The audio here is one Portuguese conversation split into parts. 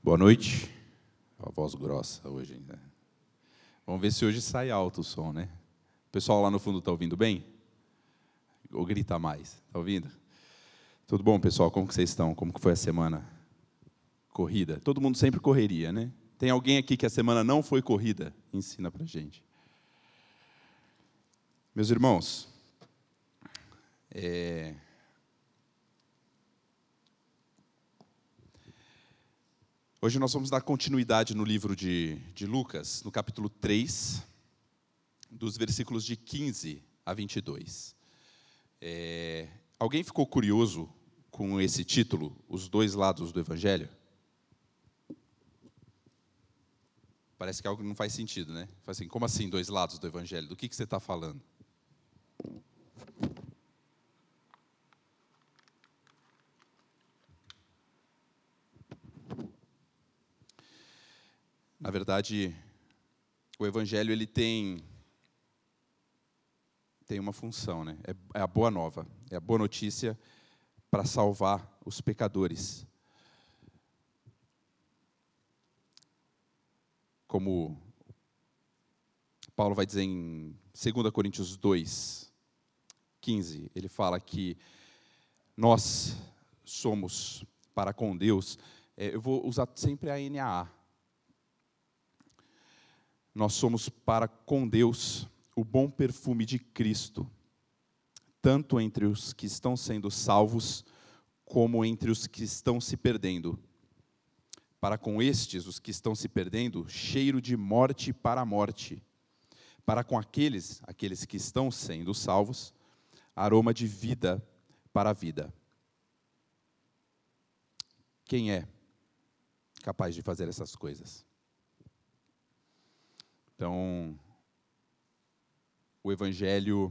Boa noite. A voz grossa hoje, né? Vamos ver se hoje sai alto o som, né? O pessoal lá no fundo está ouvindo bem? Ou grita mais? Está ouvindo? Tudo bom, pessoal? Como que vocês estão? Como que foi a semana? Corrida? Todo mundo sempre correria, né? Tem alguém aqui que a semana não foi corrida? Ensina pra gente. Meus irmãos, hoje nós vamos dar continuidade no livro de Lucas, no capítulo 3, dos versículos de 15 a 22. Alguém ficou curioso com esse título, Os Dois Lados do Evangelho? Parece que algo não faz sentido, né? Fala assim, como assim, dois lados do Evangelho? Do que você está falando? Na verdade, o Evangelho ele tem uma função, né? É a boa nova, é a boa notícia para salvar os pecadores. Como Paulo vai dizer em 2 Coríntios 2, 15, ele fala que nós somos para com Deus, eu vou usar sempre a NAA. Nós somos para com Deus o bom perfume de Cristo, tanto entre os que estão sendo salvos, como entre os que estão se perdendo. Para com estes, os que estão se perdendo, cheiro de morte para a morte. Para com aqueles que estão sendo salvos, aroma de vida para a vida. Quem é capaz de fazer essas coisas? Então, o Evangelho,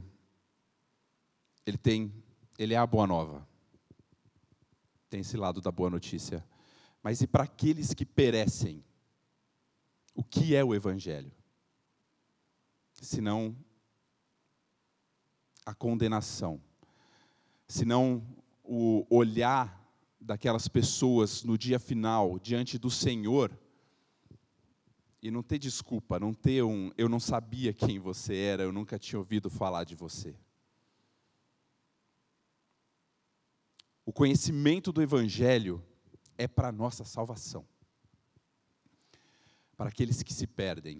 ele é a boa nova. Tem esse lado da boa notícia. Mas e para aqueles que perecem? O que é o Evangelho? Senão a condenação. Senão o olhar daquelas pessoas no dia final, diante do Senhor, e não ter desculpa, não ter eu não sabia quem você era, eu nunca tinha ouvido falar de você. O conhecimento do Evangelho é para a nossa salvação. Para aqueles que se perdem,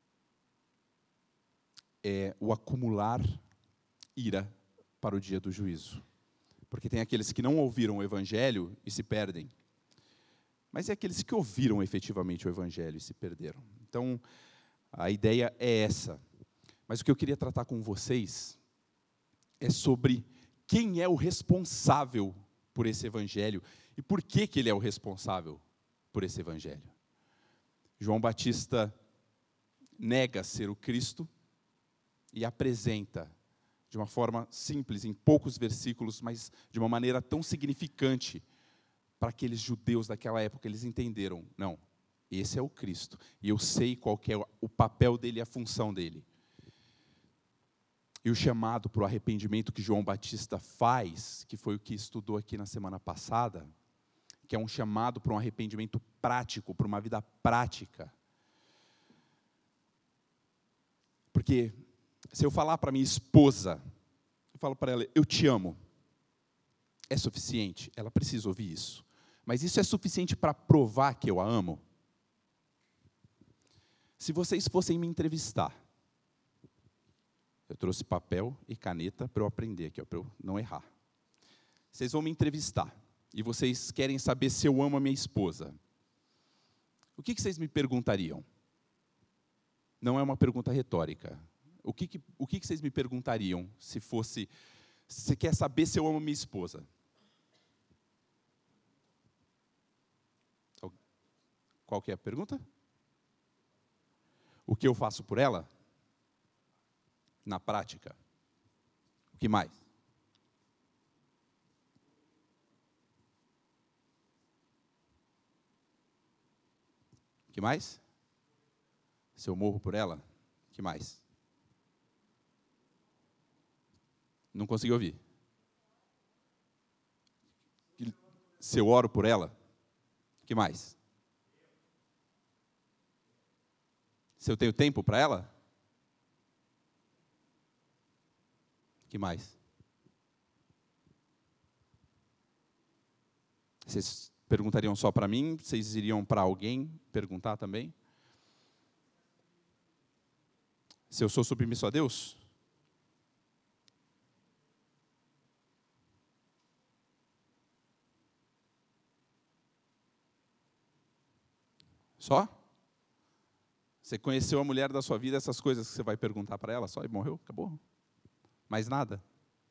é o acumular ira para o dia do juízo. Porque tem aqueles que não ouviram o Evangelho e se perdem. Mas é aqueles que ouviram efetivamente o Evangelho e se perderam. Então, a ideia é essa. Mas o que eu queria tratar com vocês é sobre quem é o responsável por esse Evangelho e por que ele é o responsável por esse Evangelho. João Batista nega ser o Cristo e apresenta de uma forma simples, em poucos versículos, mas de uma maneira tão significante para aqueles judeus daquela época. Eles entenderam, não, esse é o Cristo, e eu sei qual que é o papel dele e a função dele. E o chamado para o arrependimento que João Batista faz, que foi o que estudou aqui na semana passada, que é um chamado para um arrependimento prático, para uma vida prática. Porque se eu falar para minha esposa, eu falo para ela, eu te amo, é suficiente? Ela precisa ouvir isso. Mas isso é suficiente para provar que eu a amo? Se vocês fossem me entrevistar, eu trouxe papel e caneta para eu aprender aqui, para eu não errar. Vocês vão me entrevistar e vocês querem saber se eu amo a minha esposa. O que vocês me perguntariam? Não é uma pergunta retórica. O que vocês me perguntariam se fosse... Você quer saber se eu amo minha esposa? Qual que é a pergunta? O que eu faço por ela? Na prática. O que mais? O que mais? Se eu morro por ela? O que mais? Não consegui ouvir. Se eu oro por ela? O que mais? Se eu tenho tempo para ela? Que mais? Vocês perguntariam só para mim? Vocês iriam para alguém perguntar também? Se eu sou submisso a Deus? Só? Você conheceu a mulher da sua vida, essas coisas que você vai perguntar para ela só e morreu? Acabou? Mais nada?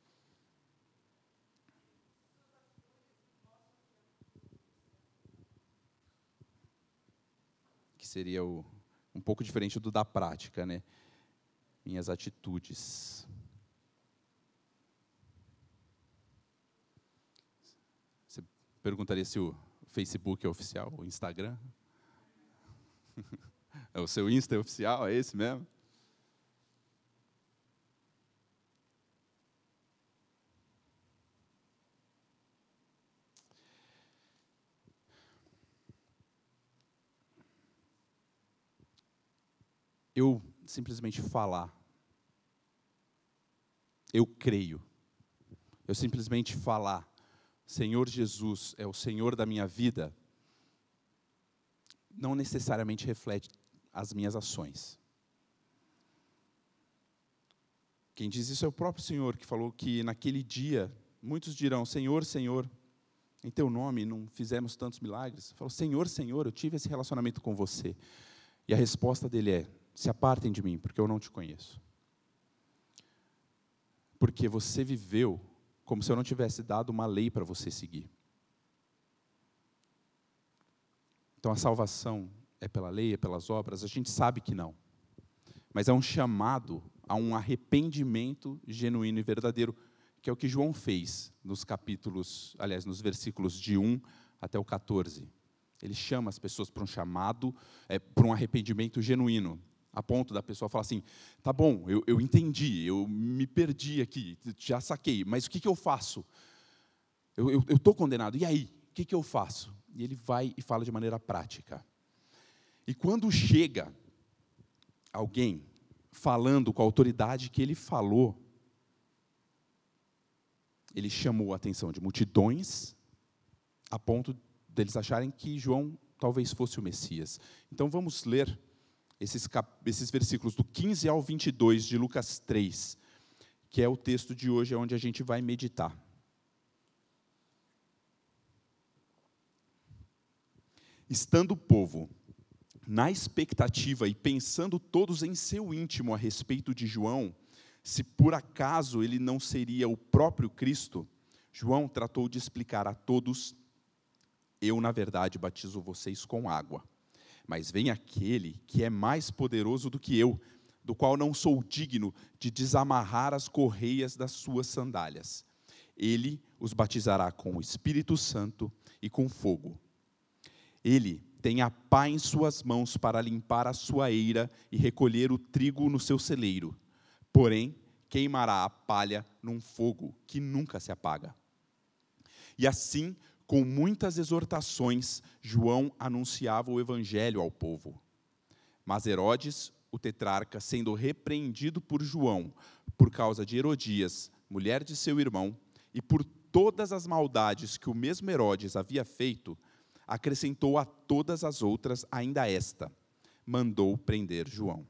Que seria um pouco diferente do da prática, né? Minhas atitudes. Você perguntaria se o Facebook é oficial, o Instagram? O seu Insta é oficial, é esse mesmo? Eu simplesmente falar, eu creio. Eu simplesmente falar, Senhor Jesus é o Senhor da minha vida, não necessariamente reflete as minhas ações. Quem diz isso é o próprio Senhor, que falou que naquele dia, muitos dirão, Senhor, Senhor, em teu nome não fizemos tantos milagres. Falou, Senhor, Senhor, eu tive esse relacionamento com você. E a resposta dele é, se apartem de mim, porque eu não te conheço. Porque você viveu como se eu não tivesse dado uma lei para você seguir. Então a salvação é pela lei, é pelas obras? A gente sabe que não. Mas é um chamado a um arrependimento genuíno e verdadeiro, que é o que João fez nos nos versículos de 1 até o 14. Ele chama as pessoas para um chamado, para um arrependimento genuíno, a ponto da pessoa falar assim, tá bom, eu entendi, eu me perdi aqui, já saquei, mas o que eu faço? Eu estou condenado, e aí? O que eu faço? E ele vai e fala de maneira prática. E quando chega alguém falando com a autoridade que ele falou, ele chamou a atenção de multidões, a ponto deles acharem que João talvez fosse o Messias. Então vamos ler esses versículos do 15 ao 22 de Lucas 3, que é o texto de hoje, onde a gente vai meditar. Estando o povo na expectativa e pensando todos em seu íntimo a respeito de João, se por acaso ele não seria o próprio Cristo, João tratou de explicar a todos, eu, na verdade, batizo vocês com água, mas vem aquele que é mais poderoso do que eu, do qual não sou digno de desamarrar as correias das suas sandálias. Ele os batizará com o Espírito Santo e com fogo. Ele tem a pá em suas mãos para limpar a sua eira e recolher o trigo no seu celeiro. Porém, queimará a palha num fogo que nunca se apaga. E assim, com muitas exortações, João anunciava o evangelho ao povo. Mas Herodes, o tetrarca, sendo repreendido por João, por causa de Herodias, mulher de seu irmão, e por todas as maldades que o mesmo Herodes havia feito, acrescentou a todas as outras ainda esta, mandou prender João.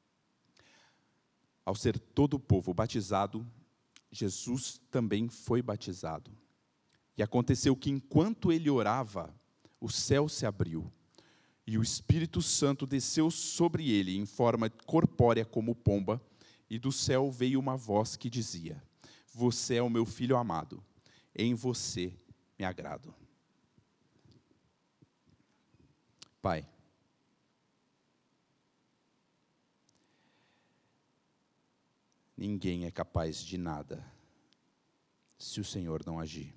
Ao ser todo o povo batizado, Jesus também foi batizado. E aconteceu que, enquanto ele orava, o céu se abriu, e o Espírito Santo desceu sobre ele em forma corpórea como pomba, e do céu veio uma voz que dizia, você é o meu filho amado, em você me agrado. Pai, ninguém é capaz de nada se o Senhor não agir.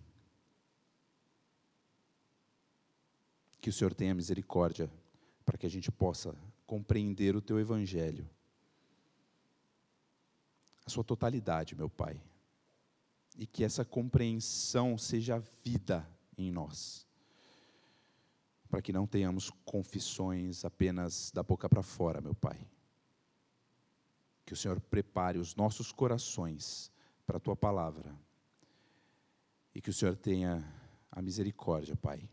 Que o Senhor tenha misericórdia para que a gente possa compreender o Teu Evangelho, a sua totalidade, meu Pai, e que essa compreensão seja vida em nós, para que não tenhamos confissões apenas da boca para fora, meu Pai, Que o Senhor prepare os nossos corações para a Tua palavra. E que o Senhor tenha a misericórdia, Pai,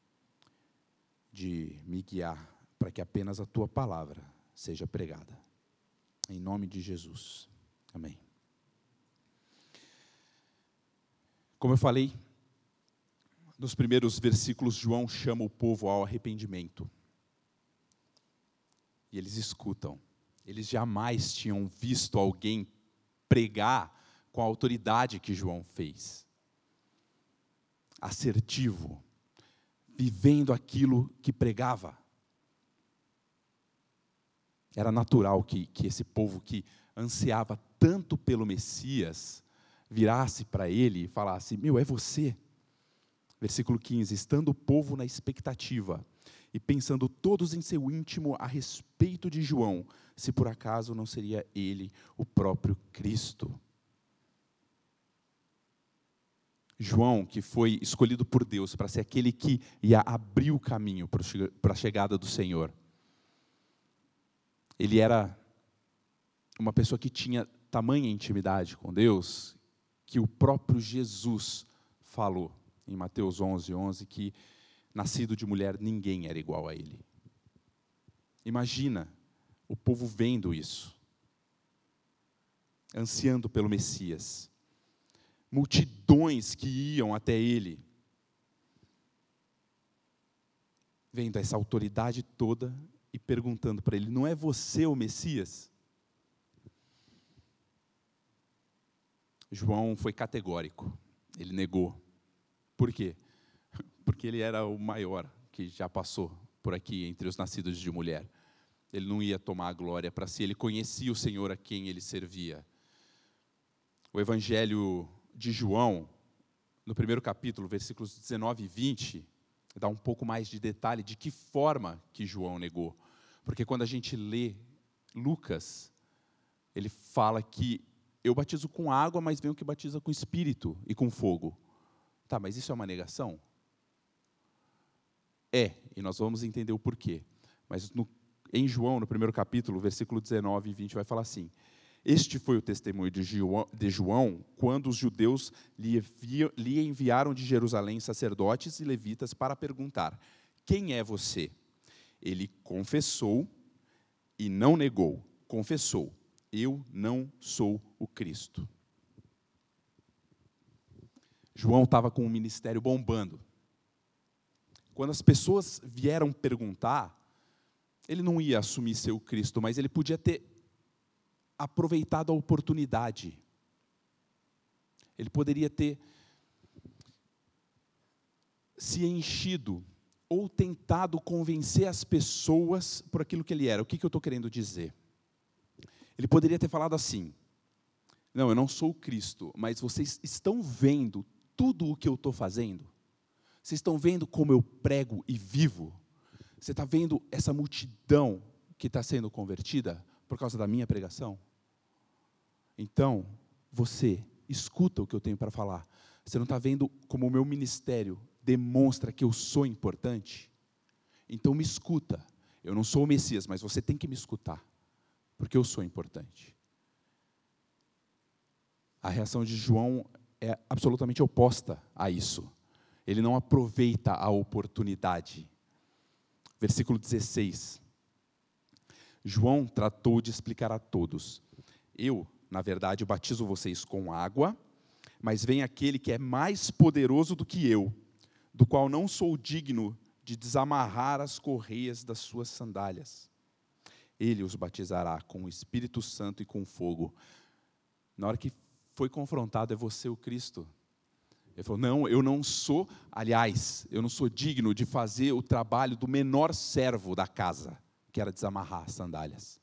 de me guiar para que apenas a Tua palavra seja pregada. Em nome de Jesus. Amém. Como eu falei, nos primeiros versículos, João chama o povo ao arrependimento. E eles escutam. Eles jamais tinham visto alguém pregar com a autoridade que João fez. Assertivo, vivendo aquilo que pregava. Era natural que esse povo que ansiava tanto pelo Messias, virasse para ele e falasse: meu, é você. Versículo 15, estando o povo na expectativa, e pensando todos em seu íntimo a respeito de João, se por acaso não seria ele o próprio Cristo. João, que foi escolhido por Deus para ser aquele que ia abrir o caminho para a chegada do Senhor. Ele era uma pessoa que tinha tamanha intimidade com Deus, que o próprio Jesus falou em Mateus 11, que nascido de mulher ninguém era igual a ele. Imagina o povo vendo isso, ansiando pelo Messias. Multidões que iam até ele, vendo essa autoridade toda e perguntando para ele: não é você o Messias? João foi categórico, ele negou. Por quê? Porque ele era o maior que já passou por aqui entre os nascidos de mulher. Ele não ia tomar a glória para si, ele conhecia o Senhor a quem ele servia. O Evangelho de João, no primeiro capítulo, versículos 19 e 20, dá um pouco mais de detalhe de que forma que João negou. Porque quando a gente lê Lucas, ele fala que eu batizo com água, mas vem o que batiza com espírito e com fogo. Tá, mas isso é uma negação? É, e nós vamos entender o porquê. Mas em João, no primeiro capítulo, versículo 19 e 20, vai falar assim: este foi o testemunho de João, quando os judeus lhe enviaram de Jerusalém sacerdotes e levitas para perguntar: quem é você? Ele confessou e não negou. Confessou: eu não sou o Cristo. João estava com o ministério bombando. Quando as pessoas vieram perguntar, ele não ia assumir ser o Cristo, mas ele podia ter aproveitado a oportunidade. Ele poderia ter se enchido ou tentado convencer as pessoas por aquilo que ele era. O que eu estou querendo dizer? Ele poderia ter falado assim: não, eu não sou o Cristo, mas vocês estão vendo tudo o que eu estou fazendo? Vocês estão vendo como eu prego e vivo? Você está vendo essa multidão que está sendo convertida por causa da minha pregação? Então, você escuta o que eu tenho para falar. Você não está vendo como o meu ministério demonstra que eu sou importante? Então me escuta. Eu não sou o Messias, mas você tem que me escutar, porque eu sou importante. A reação de João é absolutamente oposta a isso. Ele não aproveita a oportunidade. Versículo 16. João tratou de explicar a todos: eu, na verdade, batizo vocês com água, mas vem aquele que é mais poderoso do que eu, do qual não sou digno de desamarrar as correias das suas sandálias. Ele os batizará com o Espírito Santo e com fogo. Na hora que foi confrontado: é você o Cristo? Ele falou: não, eu não sou, aliás, eu não sou digno de fazer o trabalho do menor servo da casa, que era desamarrar as sandálias.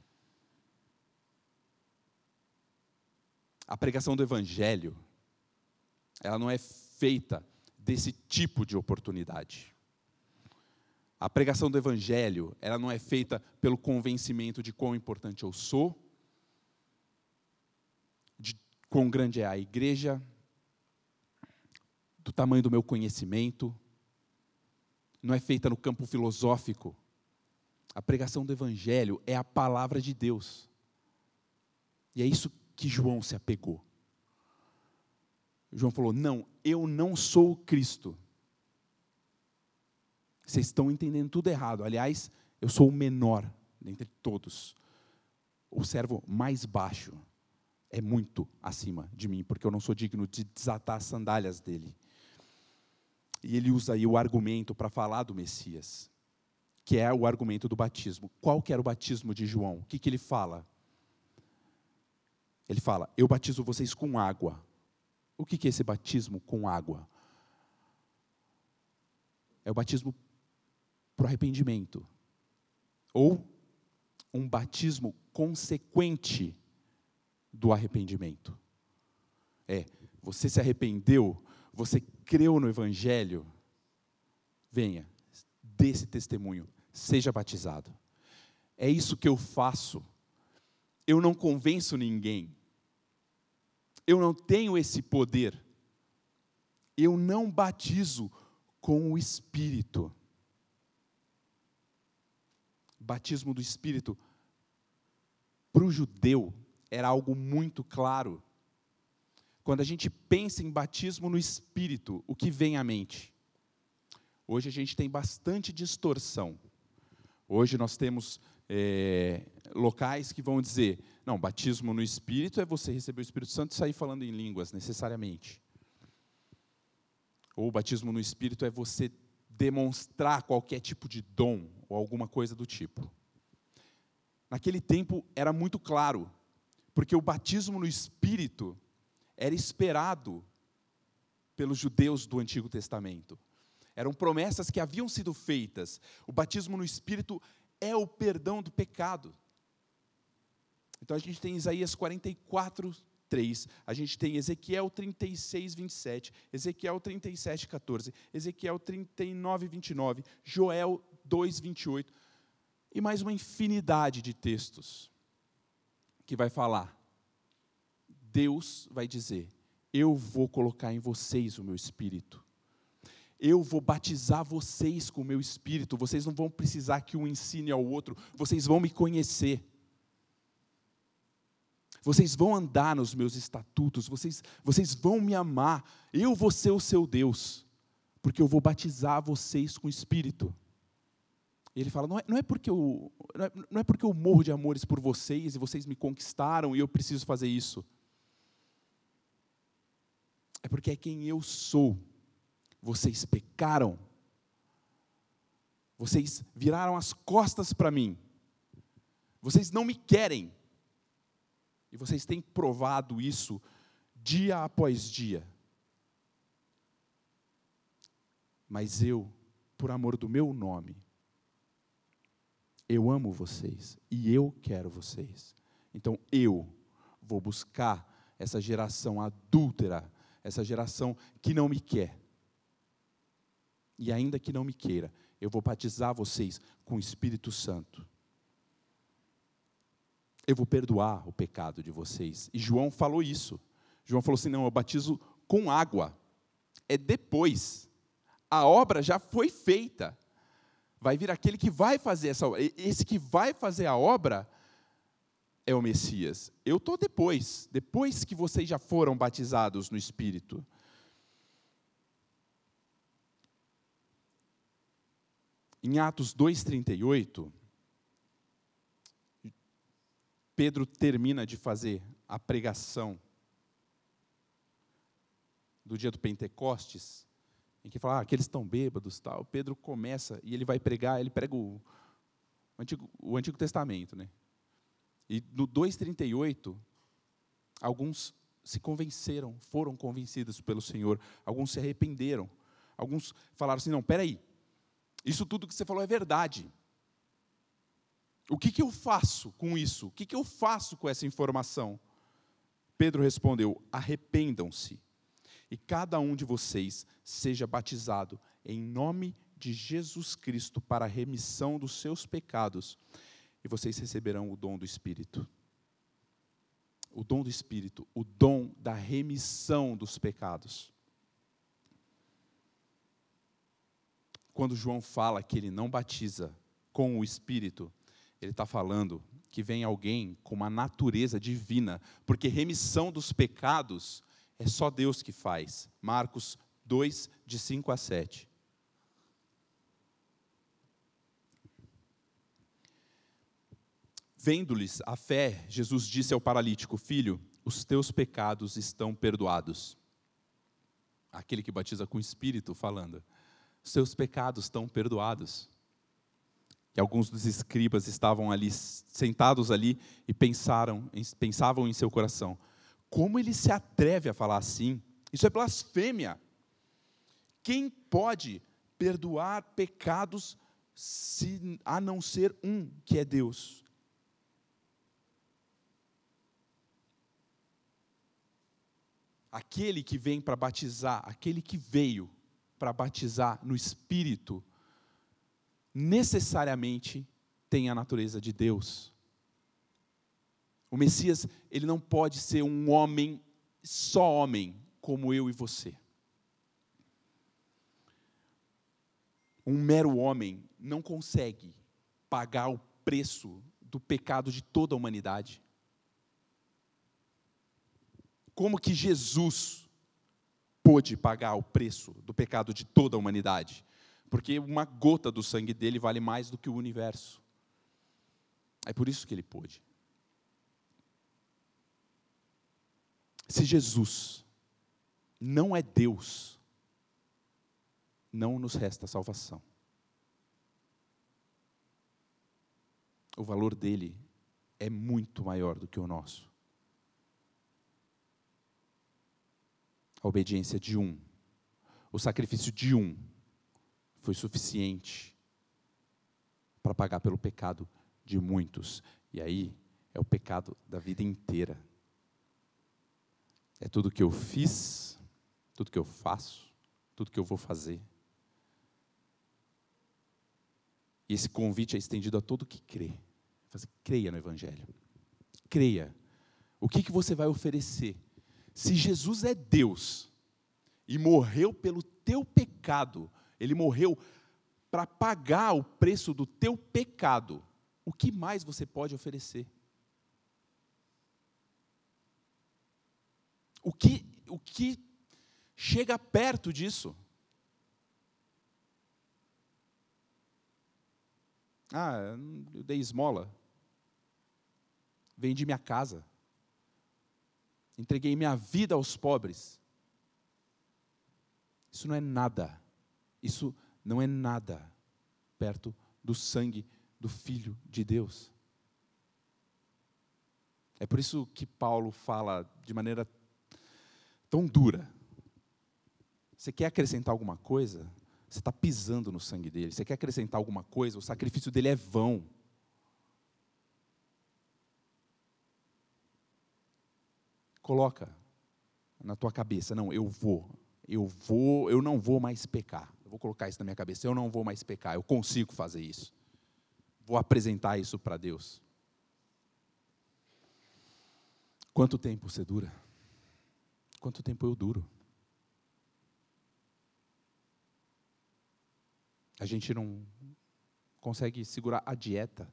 A pregação do Evangelho, ela não é feita desse tipo de oportunidade. A pregação do Evangelho, ela não é feita pelo convencimento de quão importante eu sou, de quão grande é a igreja, do tamanho do meu conhecimento. Não é feita no campo filosófico. A pregação do Evangelho é a palavra de Deus. E é isso que João se apegou. João falou, não, eu não sou o Cristo. Vocês estão entendendo tudo errado. Aliás, eu sou o menor dentre todos. O servo mais baixo é muito acima de mim, porque eu não sou digno de desatar as sandálias dele. E ele usa aí o argumento para falar do Messias, que é o argumento do batismo. Qual que era o batismo de João? O que ele fala? Ele fala, eu batizo vocês com água. O que é esse batismo com água? É o batismo para o arrependimento. Ou um batismo consequente do arrependimento. Você se arrependeu, você creu no Evangelho, venha, dê esse testemunho, seja batizado. É isso que eu faço. Eu não convenço ninguém. Eu não tenho esse poder. Eu não batizo com o Espírito. Batismo do Espírito, para o judeu, era algo muito claro. Quando a gente pensa em batismo no Espírito, o que vem à mente? Hoje a gente tem bastante distorção. Hoje nós temos locais que vão dizer, não, batismo no Espírito é você receber o Espírito Santo e sair falando em línguas, necessariamente. Ou batismo no Espírito é você demonstrar qualquer tipo de dom, ou alguma coisa do tipo. Naquele tempo era muito claro, porque o batismo no Espírito era esperado pelos judeus do Antigo Testamento. Eram promessas que haviam sido feitas. O batismo no Espírito é o perdão do pecado. Então a gente tem Isaías 44, 3, a gente tem Ezequiel 36, 27, Ezequiel 37, 14, Ezequiel 39, 29, Joel 2, 28, e mais uma infinidade de textos que vai falar. Deus vai dizer, eu vou colocar em vocês o meu Espírito. Eu vou batizar vocês com o meu Espírito, vocês não vão precisar que um ensine ao outro, vocês vão me conhecer. Vocês vão andar nos meus estatutos, vocês vão me amar, eu vou ser o seu Deus, porque eu vou batizar vocês com o Espírito. E ele fala, não é porque eu morro de amores por vocês, e vocês me conquistaram, e eu preciso fazer isso. É porque é quem eu sou. Vocês pecaram, vocês viraram as costas para mim, vocês não me querem, e vocês têm provado isso dia após dia. Mas eu, por amor do meu nome, eu amo vocês, e eu quero vocês. Então eu vou buscar essa geração adúltera, essa geração que não me quer. E ainda que não me queira, eu vou batizar vocês com o Espírito Santo. Eu vou perdoar o pecado de vocês. E João falou isso. João falou assim, não, eu batizo com água. É depois. A obra já foi feita. Vai vir aquele que vai fazer essa obra. Esse que vai fazer a obra é o Messias. Eu estou depois que vocês já foram batizados no Espírito. Em Atos 2:38, Pedro termina de fazer a pregação do dia do Pentecostes, em que fala, que eles estão bêbados, tal. Pedro começa, e ele vai pregar, ele prega o Antigo Testamento, né? E no 2:38, alguns se convenceram, foram convencidos pelo Senhor, alguns se arrependeram, alguns falaram assim, não, peraí, isso tudo que você falou é verdade. O que eu faço com isso? O que eu faço com essa informação? Pedro respondeu, arrependam-se, e cada um de vocês seja batizado em nome de Jesus Cristo para a remissão dos seus pecados, e vocês receberão o dom do Espírito. O dom do Espírito, o dom da remissão dos pecados. Quando João fala que ele não batiza com o Espírito, ele está falando que vem alguém com uma natureza divina, porque remissão dos pecados é só Deus que faz. Marcos 2, de 5 a 7. Vendo-lhes a fé, Jesus disse ao paralítico: filho, os teus pecados estão perdoados. Aquele que batiza com o Espírito falando: os teus pecados estão perdoados. E alguns dos escribas estavam ali, sentados ali, e pensavam em seu coração: como ele se atreve a falar assim? Isso é blasfêmia. Quem pode perdoar pecados a não ser um, que é Deus? Aquele que vem para batizar, aquele que veio para batizar no Espírito, necessariamente tem a natureza de Deus. O Messias, ele não pode ser um homem, só homem, como eu e você. Um mero homem não consegue pagar o preço do pecado de toda a humanidade. Como que Jesus pôde pagar o preço do pecado de toda a humanidade? Porque uma gota do sangue dele vale mais do que o universo. É por isso que ele pôde. Se Jesus não é Deus, não nos resta salvação. O valor dele é muito maior do que o nosso. A obediência de um, o sacrifício de um, foi suficiente para pagar pelo pecado de muitos. E aí é o pecado da vida inteira. É tudo que eu fiz, tudo que eu faço, tudo que eu vou fazer. E esse convite é estendido a todo que crê. Creia no Evangelho. Creia. O que você vai oferecer? Se Jesus é Deus e morreu pelo teu pecado, Ele morreu para pagar o preço do teu pecado, o que mais você pode oferecer? O que chega perto disso? Eu dei esmola, vendi minha casa, entreguei minha vida aos pobres. Isso não é nada. Isso não é nada perto do sangue do Filho de Deus. É por isso que Paulo fala de maneira tão dura. Você quer acrescentar alguma coisa? Você está pisando no sangue dele. Você quer acrescentar alguma coisa? O sacrifício dele é vão. Coloca na tua cabeça: não, eu não vou mais pecar. Eu vou colocar isso na minha cabeça: eu não vou mais pecar, eu consigo fazer isso. Vou apresentar isso para Deus. Quanto tempo você dura? Quanto tempo eu duro? A gente não consegue segurar a dieta.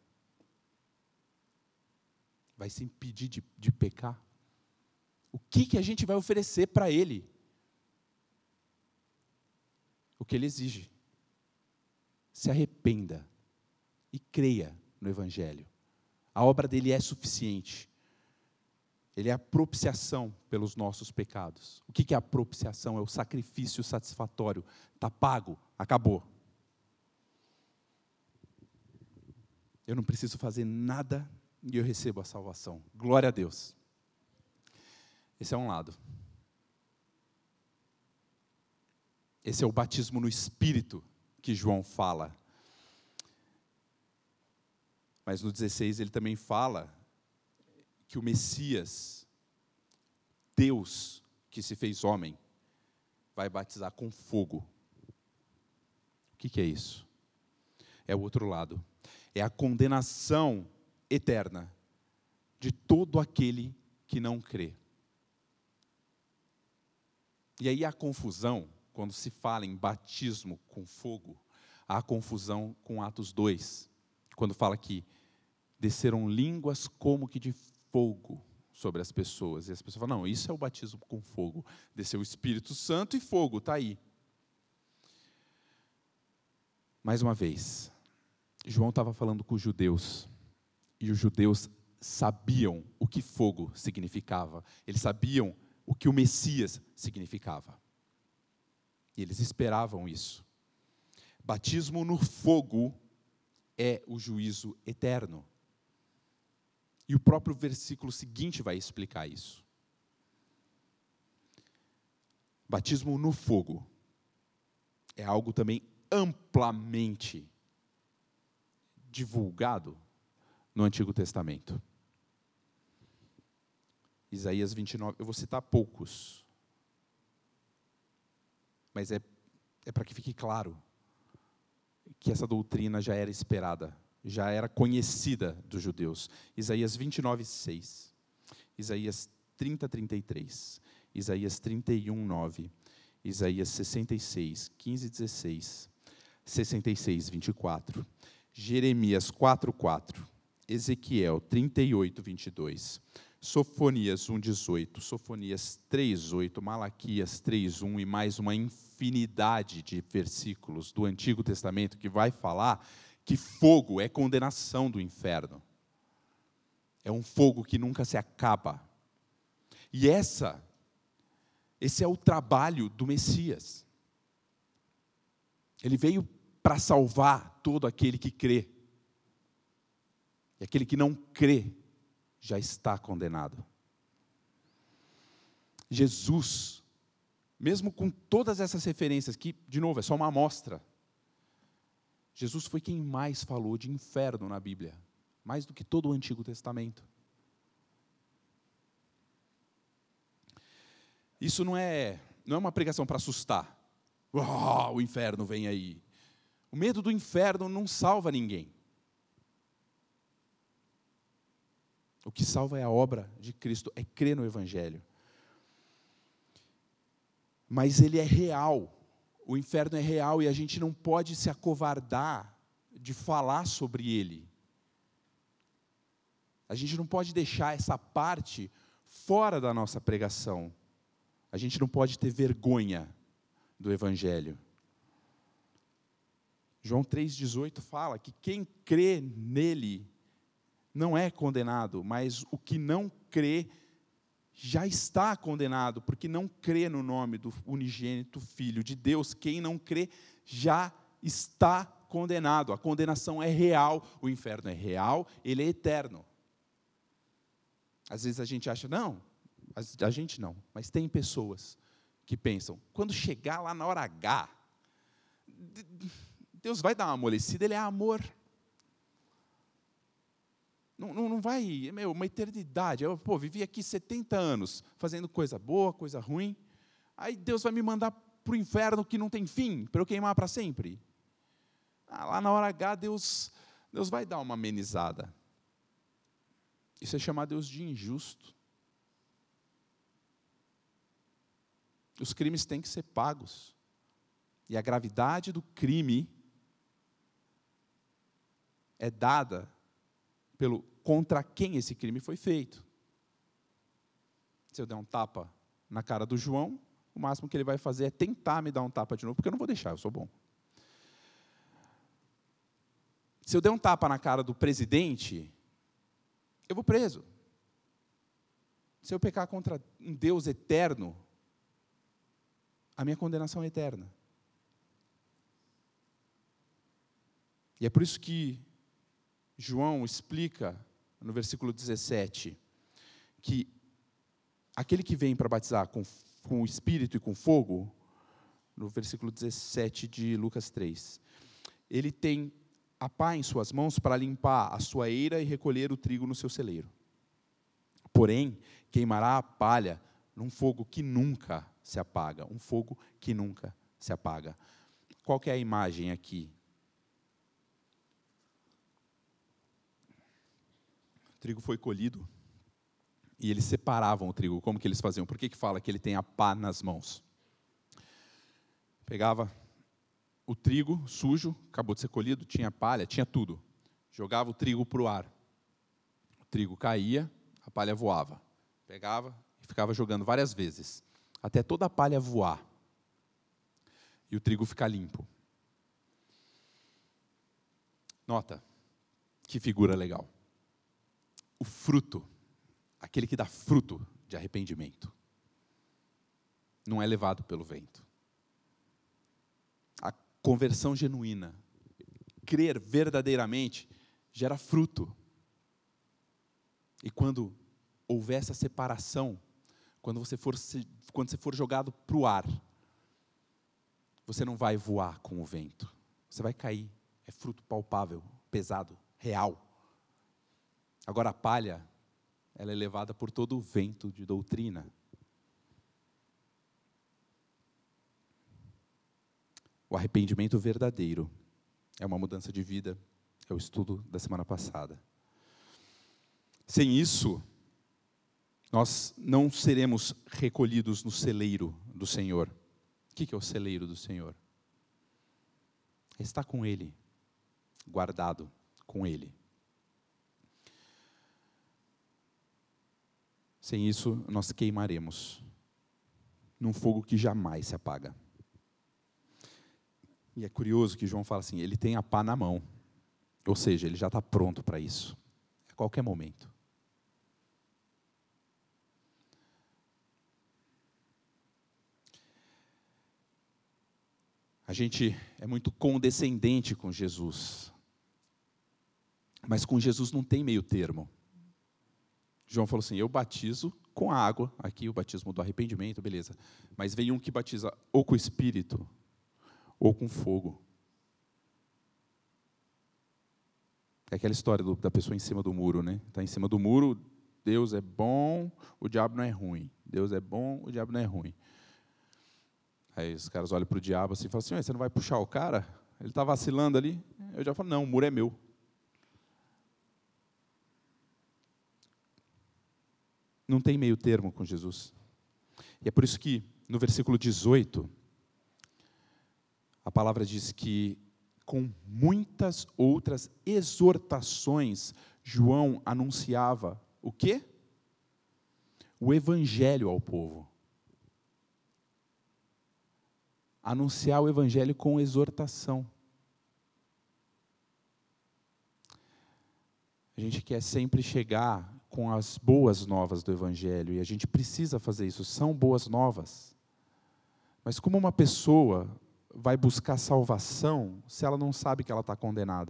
Vai se impedir de pecar. O que a gente vai oferecer para Ele? O que Ele exige. Se arrependa e creia no Evangelho. A obra dele é suficiente. Ele é a propiciação pelos nossos pecados. O que é a propiciação? É o sacrifício satisfatório. Está pago, acabou. Eu não preciso fazer nada e eu recebo a salvação. Glória a Deus. Esse é um lado. Esse é o batismo no Espírito que João fala. Mas no 16 ele também fala que o Messias, Deus que se fez homem, vai batizar com fogo. O que é isso? É o outro lado. É a condenação eterna de todo aquele que não crê. E aí há confusão, quando se fala em batismo com fogo, há confusão com Atos 2, quando fala que desceram línguas como que de fogo sobre as pessoas. E as pessoas falam, não, isso é o batismo com fogo. Desceu o Espírito Santo e fogo, está aí. Mais uma vez, João estava falando com os judeus, e os judeus sabiam o que fogo significava. Eles sabiam o que o Messias significava. E eles esperavam isso. Batismo no fogo é o juízo eterno. E o próprio versículo seguinte vai explicar isso. Batismo no fogo é algo também amplamente divulgado no Antigo Testamento. Isaías 29, eu vou citar poucos, mas é para que fique claro que essa doutrina já era esperada, já era conhecida dos judeus. Isaías 29, 6, Isaías 30, 33, Isaías 31, 9, Isaías 66, 15, 16, 66, 24, Jeremias 4, 4, Ezequiel 38, 22, Sofonias 1, 18, Sofonias 3, 8, Malaquias 3, 1 e mais uma infinidade de versículos do Antigo Testamento que vai falar que fogo é condenação do inferno. É um fogo que nunca se acaba. E esse é o trabalho do Messias. Ele veio para salvar todo aquele que crê. E aquele que não crê já está condenado. Jesus, mesmo com todas essas referências, que, de novo, é só uma amostra, Jesus foi quem mais falou de inferno na Bíblia, mais do que todo o Antigo Testamento. Isso não é uma pregação para assustar. O inferno vem aí. O medo do inferno não salva ninguém. O que salva é a obra de Cristo, é crer no Evangelho. Mas ele é real, o inferno é real e a gente não pode se acovardar de falar sobre ele. A gente não pode deixar essa parte fora da nossa pregação. A gente não pode ter vergonha do Evangelho. João 3,18 fala que quem crê nele não é condenado, mas o que não crê já está condenado, porque não crê no nome do unigênito Filho de Deus. Quem não crê já está condenado. A condenação é real, o inferno é real, ele é eterno. Às vezes a gente acha, não, a gente não, mas tem pessoas que pensam, quando chegar lá na hora H, Deus vai dar uma amolecida, ele é amor. Não vai, uma eternidade. Eu, vivi aqui 70 anos, fazendo coisa boa, coisa ruim. Aí Deus vai me mandar para o inferno que não tem fim, para eu queimar para sempre. Lá na hora H, Deus vai dar uma amenizada. Isso é chamar Deus de injusto. Os crimes têm que ser pagos. E a gravidade do crime é dada pelo contra quem esse crime foi feito. Se eu der um tapa na cara do João, o máximo que ele vai fazer é tentar me dar um tapa de novo, porque eu não vou deixar, eu sou bom. Se eu der um tapa na cara do presidente, eu vou preso. Se eu pecar contra um Deus eterno, a minha condenação é eterna. E é por isso que João explica, no versículo 17, que aquele que vem para batizar com o Espírito e com fogo, no versículo 17 de Lucas 3, ele tem a pá em suas mãos para limpar a sua eira e recolher o trigo no seu celeiro. Porém, queimará a palha num fogo que nunca se apaga. Um fogo que nunca se apaga. Qual que é a imagem aqui? O trigo foi colhido e eles separavam o trigo. Como que eles faziam? Por que fala que ele tem a pá nas mãos? Pegava o trigo sujo, acabou de ser colhido, tinha palha, tinha tudo. Jogava o trigo para o ar. trigo caía, a palha voava. Pegava e ficava jogando várias vezes, até toda a palha voar. E o trigo ficar limpo. Nota, que figura legal. O fruto, aquele que dá fruto de arrependimento, não é levado pelo vento. A conversão genuína, crer verdadeiramente, gera fruto. E quando houver essa separação, quando você for jogado para o ar, você não vai voar com o vento. Você vai cair. É fruto palpável, pesado, real. Agora a palha, ela é levada por todo o vento de doutrina. O arrependimento verdadeiro é uma mudança de vida. É o estudo da semana passada. Sem isso, nós não seremos recolhidos no celeiro do Senhor. O que é o celeiro do Senhor? É estar com Ele, guardado com Ele. Sem isso, nós queimaremos num fogo que jamais se apaga. E é curioso que João fala assim, ele tem a pá na mão. Ou seja, ele já está pronto para isso. A qualquer momento. A gente é muito condescendente com Jesus. Mas com Jesus não tem meio termo. João falou assim, eu batizo com água, aqui o batismo do arrependimento, beleza. Mas vem um que batiza ou com o Espírito, ou com fogo. É aquela história da pessoa em cima do muro, né? Está em cima do muro, Deus é bom, o diabo não é ruim. Deus é bom, o diabo não é ruim. Aí os caras olham para o diabo assim e falam assim, você não vai puxar o cara? Ele está vacilando ali. Eu já falo, não, o muro é meu. Não tem meio termo com Jesus. E é por isso que, no versículo 18, a palavra diz que, com muitas outras exortações, João anunciava o quê? O evangelho ao povo. Anunciar o evangelho com exortação. A gente quer sempre chegar com as boas novas do evangelho, e a gente precisa fazer isso, são boas novas. Mas como uma pessoa vai buscar salvação se ela não sabe que ela está condenada?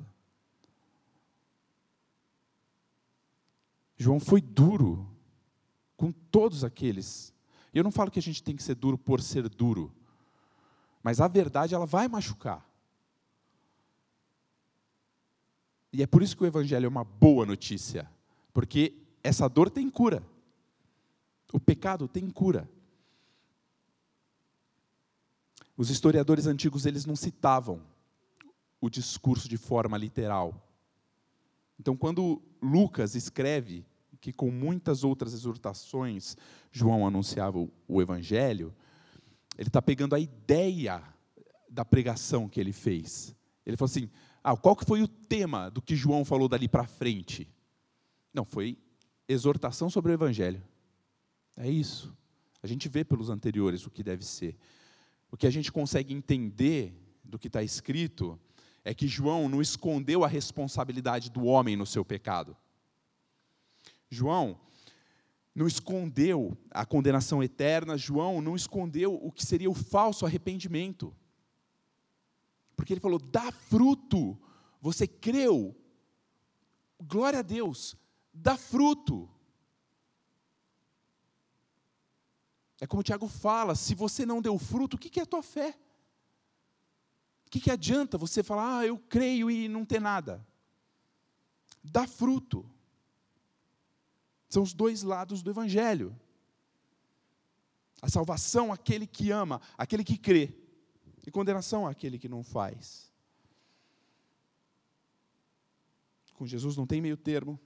João foi duro com todos aqueles. E eu não falo que a gente tem que ser duro por ser duro, mas a verdade ela vai machucar. E é por isso que o evangelho é uma boa notícia, porque essa dor tem cura. O pecado tem cura. Os historiadores antigos, eles não citavam o discurso de forma literal. Então, quando Lucas escreve que com muitas outras exortações João anunciava o evangelho, ele está pegando a ideia da pregação que ele fez. Ele falou assim, qual que foi o tema do que João falou dali para frente? Não, foi exortação sobre o evangelho. É isso. A gente vê pelos anteriores o que deve ser. O que a gente consegue entender do que está escrito é que João não escondeu a responsabilidade do homem no seu pecado. João não escondeu a condenação eterna, João não escondeu o que seria o falso arrependimento. Porque ele falou, dá fruto, você creu, glória a Deus, dá fruto. É como o Tiago fala, se você não deu fruto, o que é a tua fé? O que adianta você falar, eu creio e não ter nada? Dá fruto. São os dois lados do evangelho. A salvação, aquele que ama, aquele que crê. E condenação, aquele que não faz. Com Jesus não tem meio termo.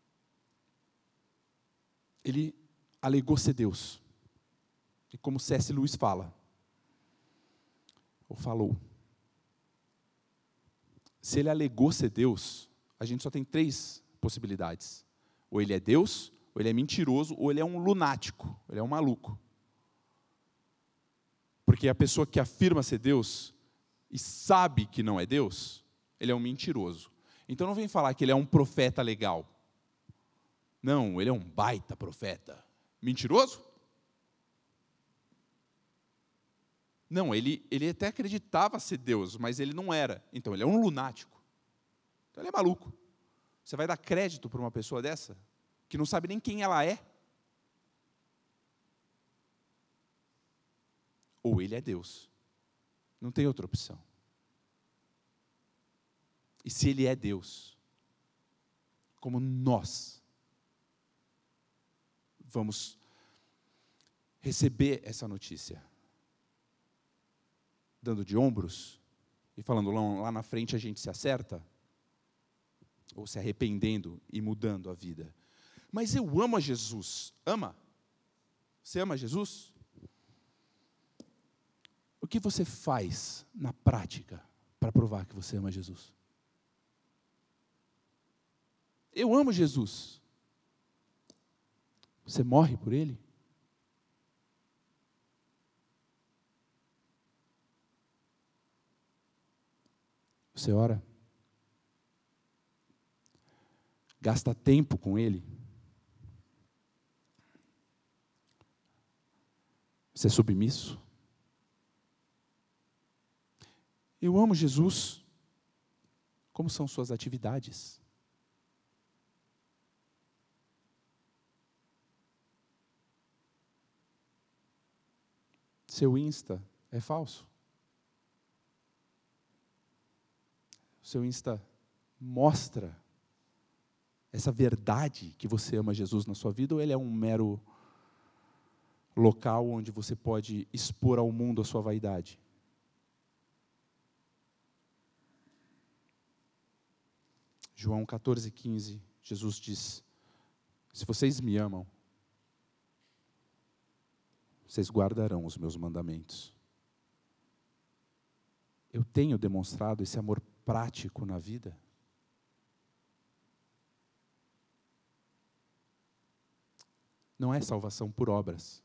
Ele alegou ser Deus. E como C.S. Lewis fala, ou falou, se ele alegou ser Deus, a gente só tem 3 possibilidades. Ou ele é Deus, ou ele é mentiroso, ou ele é um lunático, ele é um maluco. Porque a pessoa que afirma ser Deus e sabe que não é Deus, ele é um mentiroso. Então não vem falar que ele é um profeta legal. Não, ele é um baita profeta. Mentiroso? Não, ele até acreditava ser Deus, mas ele não era. Então ele é um lunático. Então ele é maluco. Você vai dar crédito para uma pessoa dessa? Que não sabe nem quem ela é? Ou ele é Deus. Não tem outra opção. E se ele é Deus, como nós vamos receber essa notícia? Dando de ombros e falando lá na frente a gente se acerta? Ou se arrependendo e mudando a vida? Mas eu amo a Jesus. Ama? Você ama Jesus? O que você faz na prática para provar que você ama Jesus? Eu amo Jesus. Você morre por Ele? Você ora? Gasta tempo com Ele? Você é submisso? Eu amo Jesus. Como são suas atividades? Seu Insta é falso? Seu Insta mostra essa verdade que você ama Jesus na sua vida, ou ele é um mero local onde você pode expor ao mundo a sua vaidade? João 14,15, Jesus diz: se vocês me amam, vocês guardarão os meus mandamentos. Eu tenho demonstrado esse amor prático na vida? Não é salvação por obras.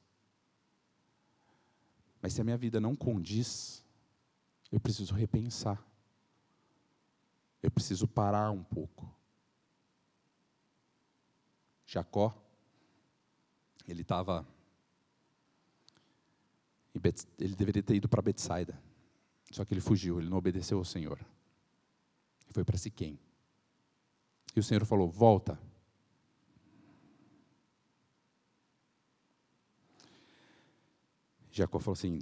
Mas se a minha vida não condiz, eu preciso repensar. Eu preciso parar um pouco. Jacó, ele deveria ter ido para Betsaida. Só que ele fugiu, ele não obedeceu ao Senhor. Foi para Siquém. E o Senhor falou: volta. Jacó falou assim: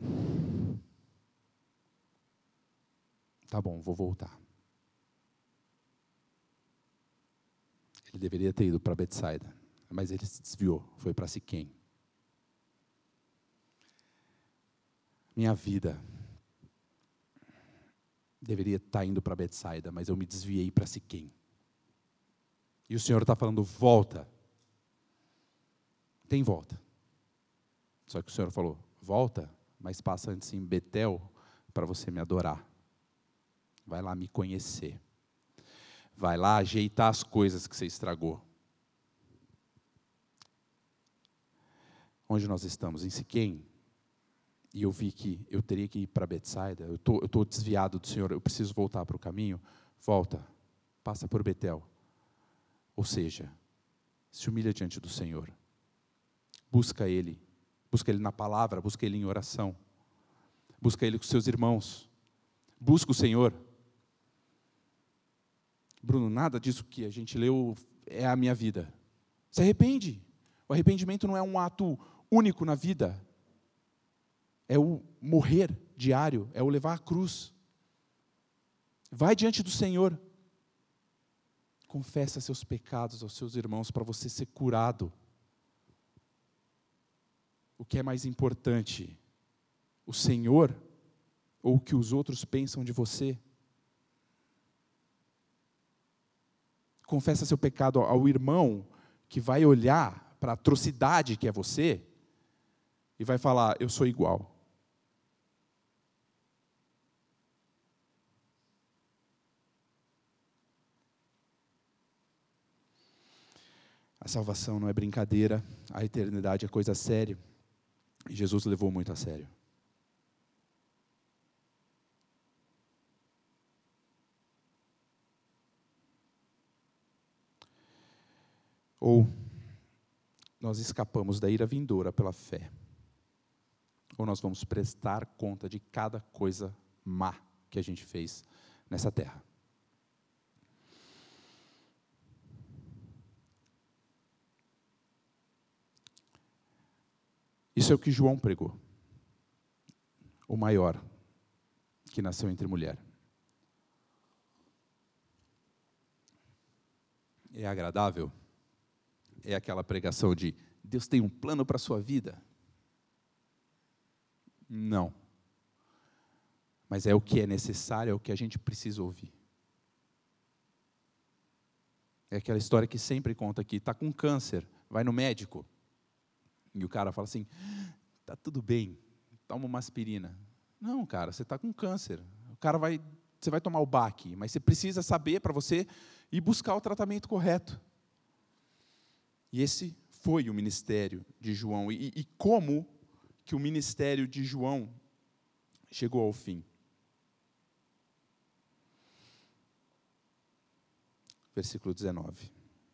tá bom, vou voltar. Ele deveria ter ido para Betsaida, mas ele se desviou, foi para Siquém. Minha vida deveria estar indo para Betsaida, mas eu me desviei para Siquém. E o Senhor está falando: volta. Tem volta. Só que o Senhor falou: volta, mas passa antes em Betel para você me adorar. Vai lá me conhecer. Vai lá ajeitar as coisas que você estragou. Onde nós estamos? Em Siquém. E eu vi que eu teria que ir para Betsaida. Eu estou desviado do Senhor, eu preciso voltar para o caminho. Volta, passa por Betel. Ou seja, se humilha diante do Senhor. Busca Ele na palavra, busca Ele em oração. Busca Ele com seus irmãos. Busca o Senhor. Bruno, nada disso que a gente leu é a minha vida. Se arrepende. O arrependimento não é um ato único na vida. É o morrer diário, é o levar a cruz. Vai diante do Senhor. Confessa seus pecados aos seus irmãos para você ser curado. O que é mais importante? O Senhor ou o que os outros pensam de você? Confessa seu pecado ao irmão que vai olhar para a atrocidade que é você e vai falar: eu sou igual. A salvação não é brincadeira, a eternidade é coisa séria. E Jesus levou muito a sério. Ou nós escapamos da ira vindoura pela fé, ou nós vamos prestar conta de cada coisa má que a gente fez nessa terra. Isso é o que João pregou, o maior que nasceu entre mulher. É agradável? É aquela pregação de Deus tem um plano para a sua vida? Não. Mas é o que é necessário, é o que a gente precisa ouvir. É aquela história que sempre conta aqui, está com câncer, vai no médico. E o cara fala assim, está tudo bem, toma uma aspirina. Não, cara, você está com câncer. Você vai tomar o baque, mas você precisa saber para você ir buscar o tratamento correto. E esse foi o ministério de João. E como que o ministério de João chegou ao fim? Versículo 19.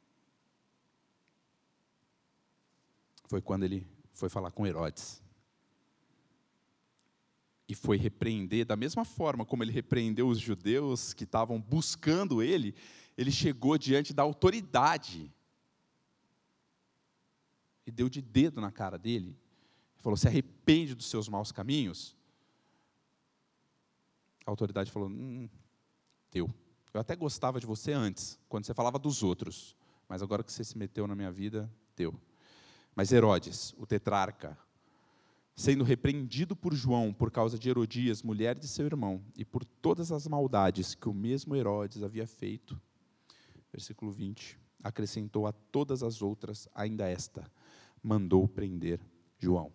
Foi quando ele foi falar com Herodes. E foi repreender, da mesma forma como ele repreendeu os judeus que estavam buscando ele, ele chegou diante da autoridade. E deu de dedo na cara dele. Falou, se arrepende dos seus maus caminhos. A autoridade falou, deu. Eu até gostava de você antes, quando você falava dos outros. Mas agora que você se meteu na minha vida, deu. Mas Herodes, o tetrarca, sendo repreendido por João por causa de Herodias, mulher de seu irmão, e por todas as maldades que o mesmo Herodes havia feito, versículo 20, acrescentou a todas as outras, ainda esta, mandou prender João.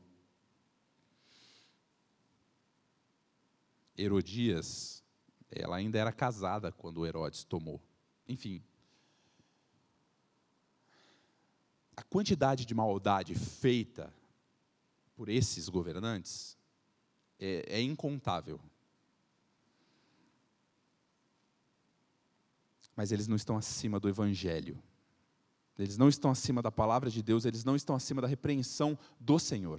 Herodias, ela ainda era casada quando Herodes tomou. Enfim, a quantidade de maldade feita por esses governantes é incontável. Mas eles não estão acima do Evangelho. Eles não estão acima da palavra de Deus, eles não estão acima da repreensão do Senhor.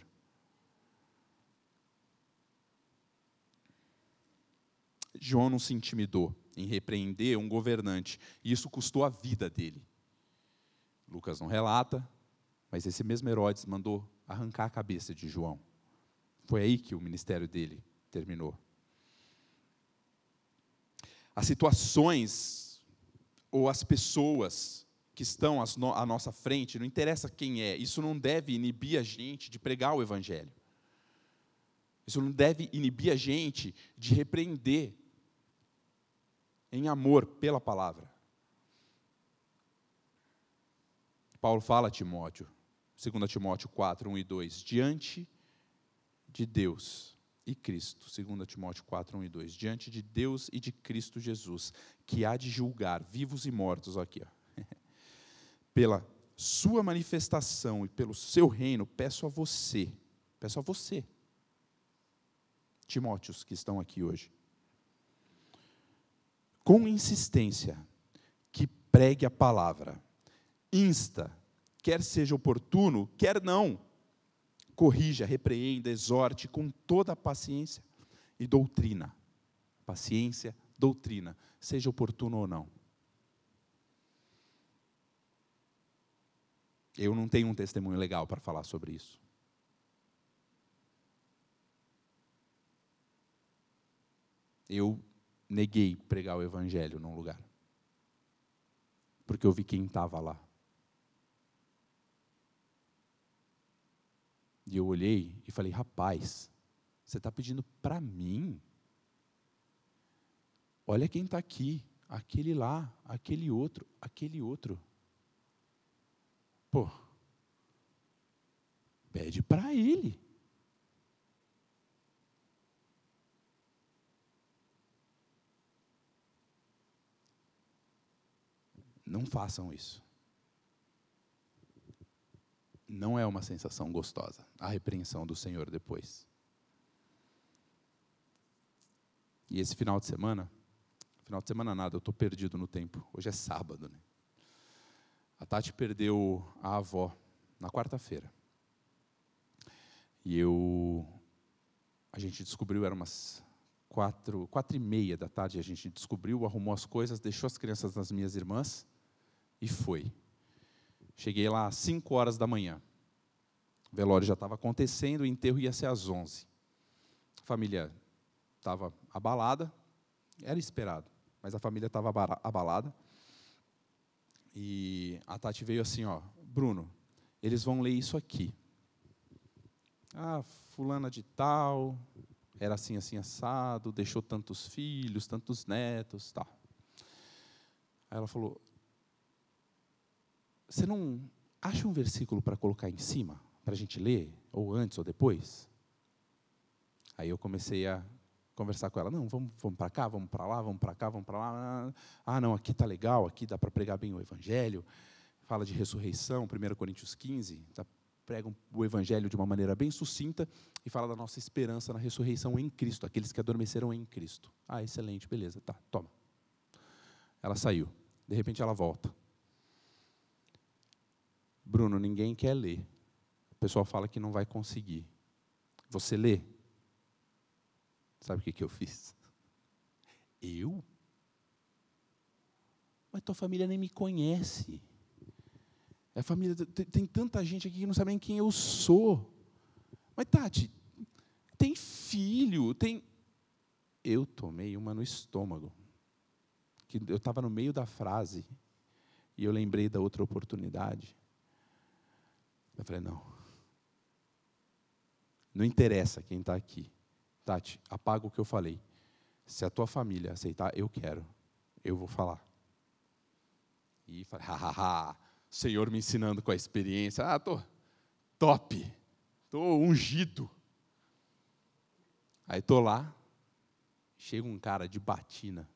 João não se intimidou em repreender um governante, e isso custou a vida dele. Lucas não relata, mas esse mesmo Herodes mandou arrancar a cabeça de João. Foi aí que o ministério dele terminou. As situações ou as pessoas que estão à nossa frente, não interessa quem é, isso não deve inibir a gente de pregar o Evangelho. Isso não deve inibir a gente de repreender em amor pela palavra. Paulo fala a Timóteo, 2 Timóteo 4, 1 e 2, diante de Deus e Cristo, 2 Timóteo 4, 1 e 2, diante de Deus e de Cristo Jesus, que há de julgar vivos e mortos, aqui, ó, pela sua manifestação e pelo seu reino, peço a você, Timóteos que estão aqui hoje, com insistência, que pregue a palavra, insta, quer seja oportuno, quer não, corrija, repreenda, exorte com toda a paciência e doutrina. Paciência, doutrina, seja oportuno ou não. Eu não tenho um testemunho legal para falar sobre isso. Eu neguei pregar o Evangelho num lugar, porque eu vi quem estava lá. E eu olhei e falei, rapaz, você está pedindo para mim? Olha quem está aqui, aquele lá, aquele outro. Pô, pede para ele. Não façam isso. não é uma sensação gostosa, a repreensão do Senhor depois. E esse final de semana nada, eu estou perdido no tempo, hoje é sábado, né? A Tati perdeu a avó na quarta-feira. E a gente descobriu, era umas 4h30 da tarde, a gente descobriu, arrumou as coisas, deixou as crianças nas minhas irmãs e foi. Cheguei lá às 5 horas da manhã. O velório já estava acontecendo, o enterro ia ser às 11. A família estava abalada, era esperado, mas a família estava abalada. E a Tati veio assim, Bruno, eles vão ler isso aqui. Fulana de tal, era assim, assim, assado, deixou tantos filhos, tantos netos, tal. Aí ela falou, você não acha um versículo para colocar em cima, para a gente ler, ou antes ou depois? Aí eu comecei a conversar com ela, não, vamos para cá, vamos para lá, vamos para cá, vamos para lá. Não, aqui está legal, aqui dá para pregar bem o Evangelho, fala de ressurreição, 1 Coríntios 15, prega o Evangelho de uma maneira bem sucinta e fala da nossa esperança na ressurreição em Cristo, aqueles que adormeceram em Cristo. Excelente, beleza, tá, toma. Ela saiu, de repente ela volta. Bruno, ninguém quer ler. O pessoal fala que não vai conseguir. Você lê? Sabe o que eu fiz? Eu? Mas tua família nem me conhece. A família, tem tanta gente aqui que não sabe nem quem eu sou. Mas, Tati, tem filho, tem... Eu tomei uma no estômago. Que eu estava no meio da frase e eu lembrei da outra oportunidade. Eu falei, não interessa quem está aqui. Tati, apaga o que eu falei. Se a tua família aceitar, eu vou falar. E falei, Senhor me ensinando com a experiência. Tô top, tô ungido. Aí tô lá, chega um cara de batina,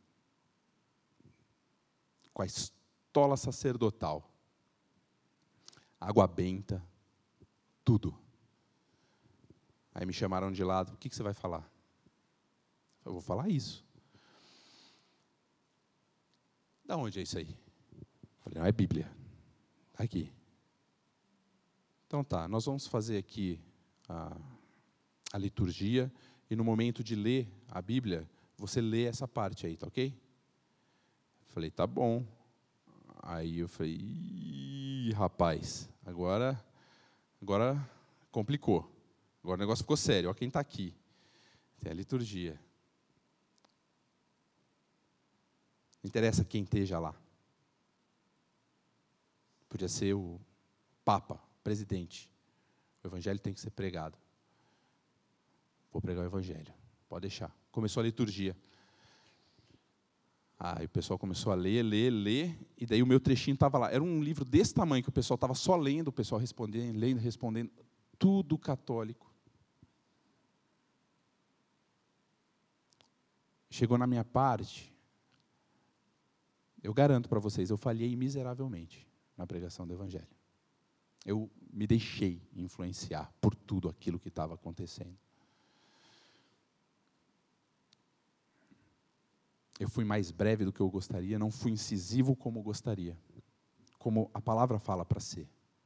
com a estola sacerdotal, água benta, tudo. Aí me chamaram de lado, o que você vai falar? Eu vou falar isso. Da onde é isso aí? Eu falei, não, é Bíblia. Está aqui. Então tá, nós vamos fazer aqui a liturgia, e no momento de ler a Bíblia, você lê essa parte aí, tá ok? Eu falei, tá bom. Aí eu falei, rapaz, agora complicou. Agora o negócio ficou sério, olha quem está aqui. Tem a liturgia. Não interessa quem esteja lá. Podia ser o Papa, presidente. O Evangelho tem que ser pregado. Vou pregar o Evangelho. Pode deixar. Começou a liturgia. Aí o pessoal começou a ler, e daí o meu trechinho estava lá. Era um livro desse tamanho que o pessoal estava só lendo, o pessoal respondendo, lendo, respondendo. Tudo católico. Chegou na minha parte, eu garanto para vocês, eu falhei miseravelmente na pregação do Evangelho. Eu me deixei influenciar por tudo aquilo que estava acontecendo. Eu fui mais breve do que eu gostaria, não fui incisivo como gostaria, como a palavra fala para ser.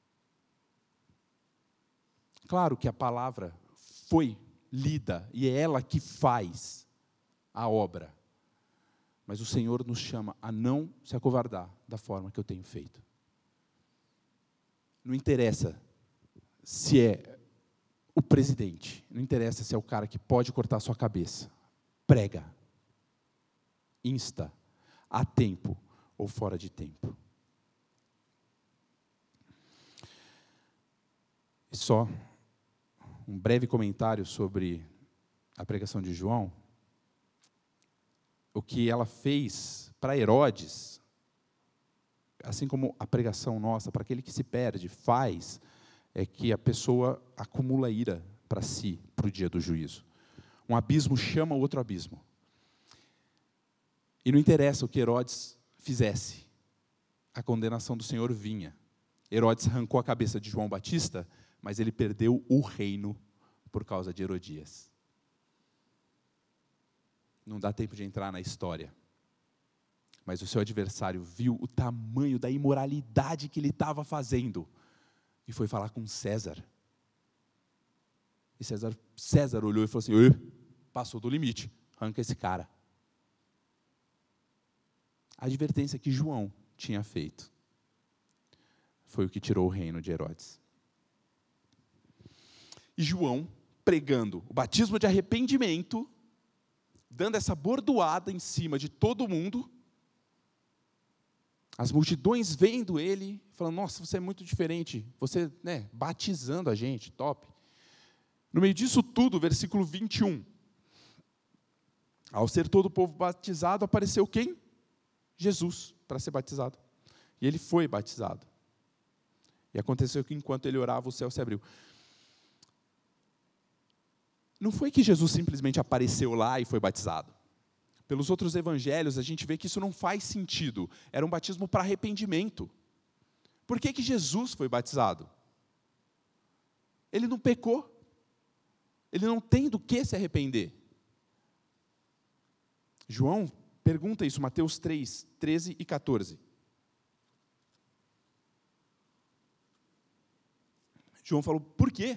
Claro que a palavra foi lida, e é ela que faz a obra. Mas o Senhor nos chama a não se acovardar da forma que eu tenho feito. Não interessa se é o presidente, não interessa se é o cara que pode cortar a sua cabeça. Prega. Insta. A tempo ou fora de tempo. E só um breve comentário sobre a pregação de João. O que ela fez para Herodes, assim como a pregação nossa, para aquele que se perde, faz, é que a pessoa acumula ira para si, para o dia do juízo. Um abismo chama outro abismo. E não interessa o que Herodes fizesse, a condenação do Senhor vinha. Herodes arrancou a cabeça de João Batista, mas ele perdeu o reino por causa de Herodias. Não dá tempo de entrar na história. Mas o seu adversário viu o tamanho da imoralidade que ele estava fazendo e foi falar com César. E César olhou e falou assim: passou do limite, arranca esse cara. A advertência que João tinha feito foi o que tirou o reino de Herodes. E João, pregando o batismo de arrependimento, dando essa bordoada em cima de todo mundo, as multidões vendo ele, falando: nossa, você é muito diferente, você, batizando a gente, top. No meio disso tudo, versículo 21, ao ser todo o povo batizado, apareceu quem? Jesus, para ser batizado. E ele foi batizado. E aconteceu que enquanto ele orava, o céu se abriu. Não foi que Jesus simplesmente apareceu lá e foi batizado. Pelos outros evangelhos, a gente vê que isso não faz sentido. Era um batismo para arrependimento. Por que Jesus foi batizado? Ele não pecou. Ele não tem do que se arrepender. João pergunta isso, Mateus 3, 13 e 14. João falou: por quê?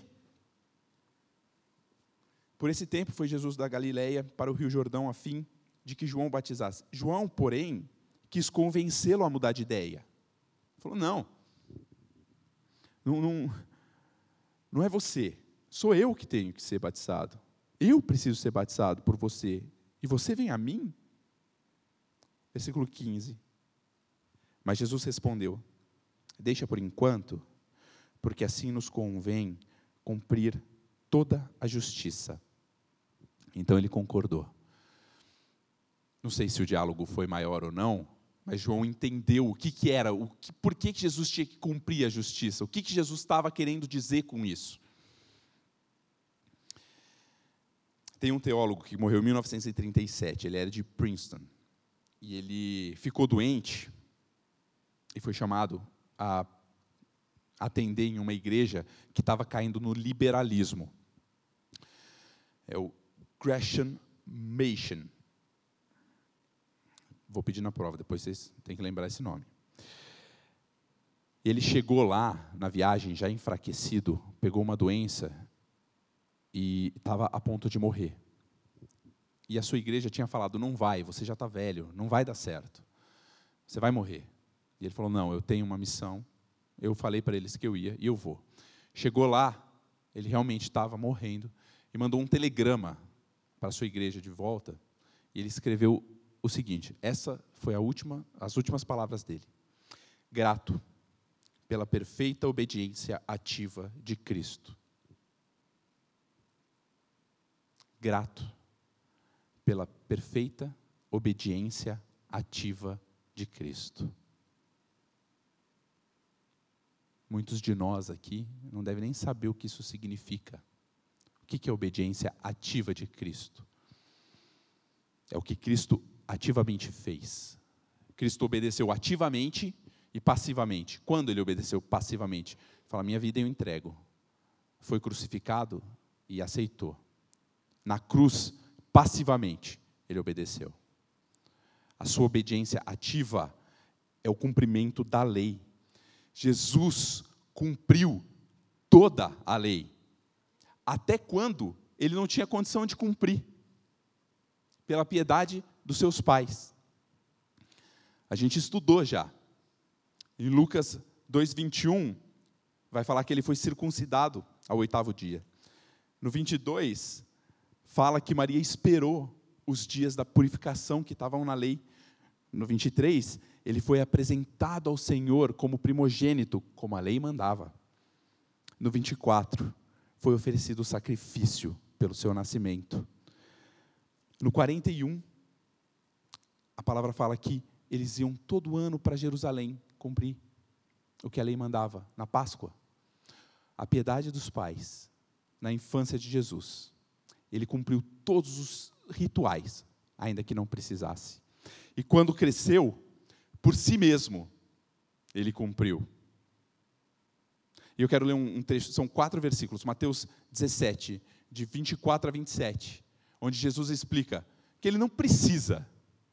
Por esse tempo foi Jesus da Galileia para o Rio Jordão a fim de que João batizasse. João, porém, quis convencê-lo a mudar de ideia. Falou: não é você, sou eu que tenho que ser batizado. Eu preciso ser batizado por você. E você vem a mim? Versículo 15. Mas Jesus respondeu: deixa por enquanto, porque assim nos convém cumprir toda a justiça. Então ele concordou. Não sei se o diálogo foi maior ou não, mas João entendeu o que era, por que Jesus tinha que cumprir a justiça, o que Jesus estava querendo dizer com isso. Tem um teólogo que morreu em 1937, ele era de Princeton, e ele ficou doente e foi chamado a atender em uma igreja que estava caindo no liberalismo. É o Gresham Machen. Vou pedir na prova, depois vocês têm que lembrar esse nome. Ele chegou lá, na viagem, já enfraquecido, pegou uma doença e estava a ponto de morrer. E a sua igreja tinha falado: não vai, você já está velho, não vai dar certo, você vai morrer. E ele falou: não, eu tenho uma missão, eu falei para eles que eu ia e eu vou. Chegou lá, ele realmente estava morrendo, e mandou um telegrama para a sua igreja de volta, e ele escreveu o seguinte, essa foi as últimas palavras dele: grato pela perfeita obediência ativa de Cristo. Grato pela perfeita obediência ativa de Cristo. Muitos de nós aqui não devem nem saber o que isso significa. O que é obediência ativa de Cristo? É o que Cristo ativamente fez. Cristo obedeceu ativamente e passivamente. Quando ele obedeceu passivamente? Fala: minha vida eu entrego. Foi crucificado e aceitou. Na cruz, passivamente, ele obedeceu. A sua obediência ativa é o cumprimento da lei. Jesus cumpriu toda a lei, até quando ele não tinha condição de cumprir, pela piedade dos seus pais. A gente estudou já, em Lucas 2:21, vai falar que ele foi circuncidado ao 8º dia. No 22, fala que Maria esperou os dias da purificação que estavam na lei. No 23, ele foi apresentado ao Senhor como primogênito, como a lei mandava. No 24, foi oferecido o sacrifício pelo seu nascimento. No 41, a palavra fala que eles iam todo ano para Jerusalém cumprir o que a lei mandava, na Páscoa. A piedade dos pais, na infância de Jesus, ele cumpriu todos os rituais, ainda que não precisasse. E quando cresceu, por si mesmo, ele cumpriu. E eu quero ler um trecho, são 4 versículos, Mateus 17, de 24 a 27, onde Jesus explica que ele não precisa,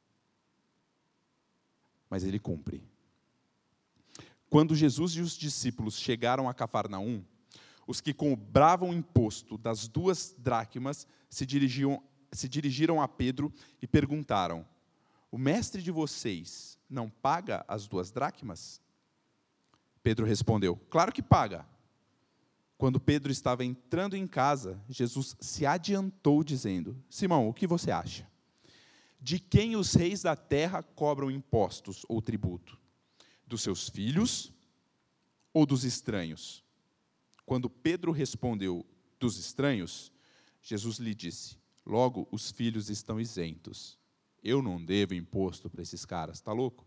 mas ele cumpre. Quando Jesus e os discípulos chegaram a Cafarnaum, os que cobravam o imposto das 2 dracmas se dirigiram a Pedro e perguntaram: o mestre de vocês não paga as 2 dracmas? Pedro respondeu: claro que paga. Quando Pedro estava entrando em casa, Jesus se adiantou dizendo: Simão, o que você acha? De quem os reis da terra cobram impostos ou tributo? Dos seus filhos ou dos estranhos? Quando Pedro respondeu: dos estranhos, Jesus lhe disse: logo os filhos estão isentos. Eu não devo imposto para esses caras, está louco?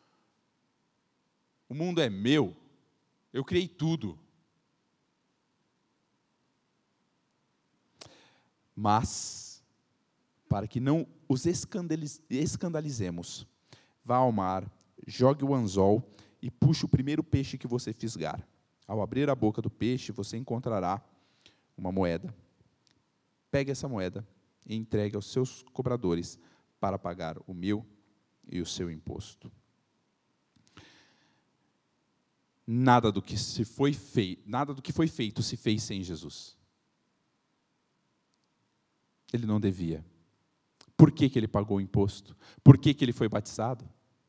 O mundo é meu, eu criei tudo. Mas, para que não os escandalizemos, vá ao mar, jogue o anzol e puxe o primeiro peixe que você fisgar. Ao abrir a boca do peixe, você encontrará uma moeda. Pegue essa moeda e entregue aos seus cobradores para pagar o meu e o seu imposto. Nada do que foi feito se fez sem Jesus. Ele não devia. Por que ele pagou o imposto? Por que ele foi batizado?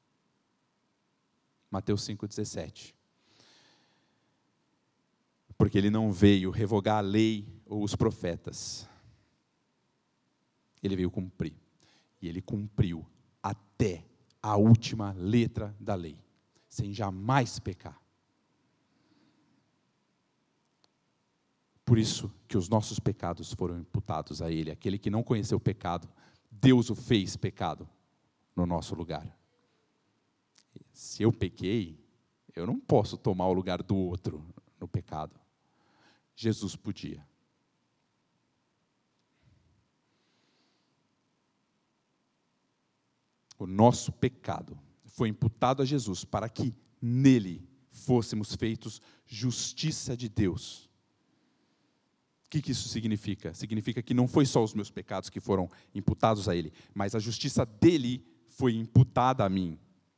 Mateus 5,17. Porque ele não veio revogar a lei ou os profetas. Ele veio cumprir. E ele cumpriu até a última letra da lei, sem jamais pecar. Por isso que os nossos pecados foram imputados a ele. Aquele que não conheceu o pecado, Deus o fez pecado no nosso lugar. Se eu pequei, eu não posso tomar o lugar do outro no pecado. Jesus podia. O nosso pecado foi imputado a Jesus para que nele fôssemos feitos justiça de Deus. O que isso significa? Significa que não foi só os meus pecados que foram imputados a ele, mas a justiça dele foi imputada a mim.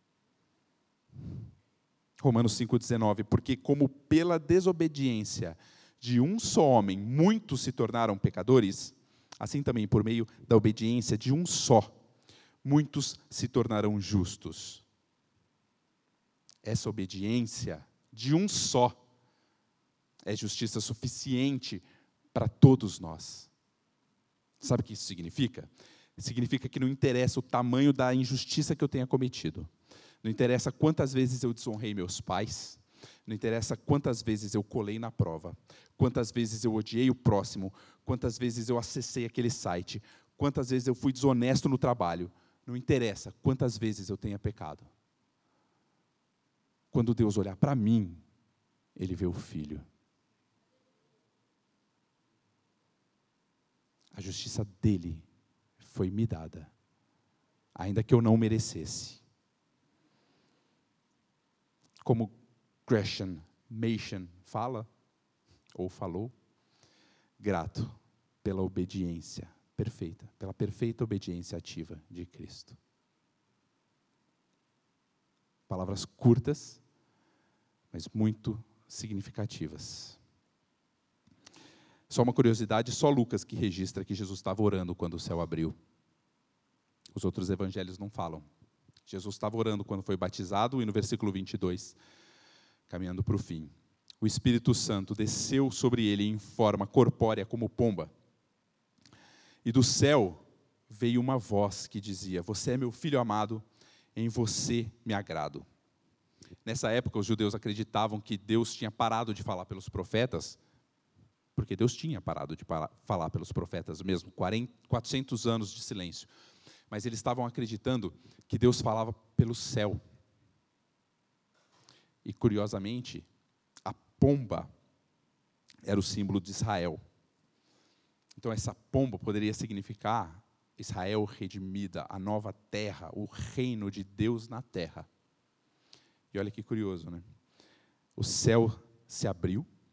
Romanos 5,19, porque como pela desobediência de um só homem muitos se tornaram pecadores, assim também por meio da obediência de um só, muitos se tornarão justos. Essa obediência de um só é justiça suficiente para todos nós. Sabe o que isso significa? Significa que não interessa o tamanho da injustiça que eu tenha cometido. Não interessa quantas vezes eu desonrei meus pais. Não interessa quantas vezes eu colei na prova. Quantas vezes eu odiei o próximo. Quantas vezes eu acessei aquele site. Quantas vezes eu fui desonesto no trabalho. Não interessa quantas vezes eu tenha pecado. Quando Deus olhar para mim, Ele vê o Filho. A justiça dele foi me dada, ainda que eu não merecesse. Como Gresham Machen fala, ou falou, grato pela obediência perfeita, pela perfeita obediência ativa de Cristo. Palavras curtas, mas muito significativas. Só uma curiosidade, só Lucas que registra que Jesus estava orando quando o céu abriu. Os outros evangelhos não falam. Jesus estava orando quando foi batizado, e no versículo 22, caminhando para o fim, o Espírito Santo desceu sobre ele em forma corpórea como pomba. E do céu veio uma voz que dizia: você é meu filho amado, em você me agrado. Nessa época, os judeus acreditavam que Deus tinha parado de falar pelos profetas, porque Deus tinha parado de falar pelos profetas mesmo, 400 anos de silêncio. Mas eles estavam acreditando que Deus falava pelo céu. E, curiosamente, a pomba era o símbolo de Israel. Então, essa pomba poderia significar Israel redimida, a nova terra, o reino de Deus na terra. E olha que curioso, né? O céu se abriu,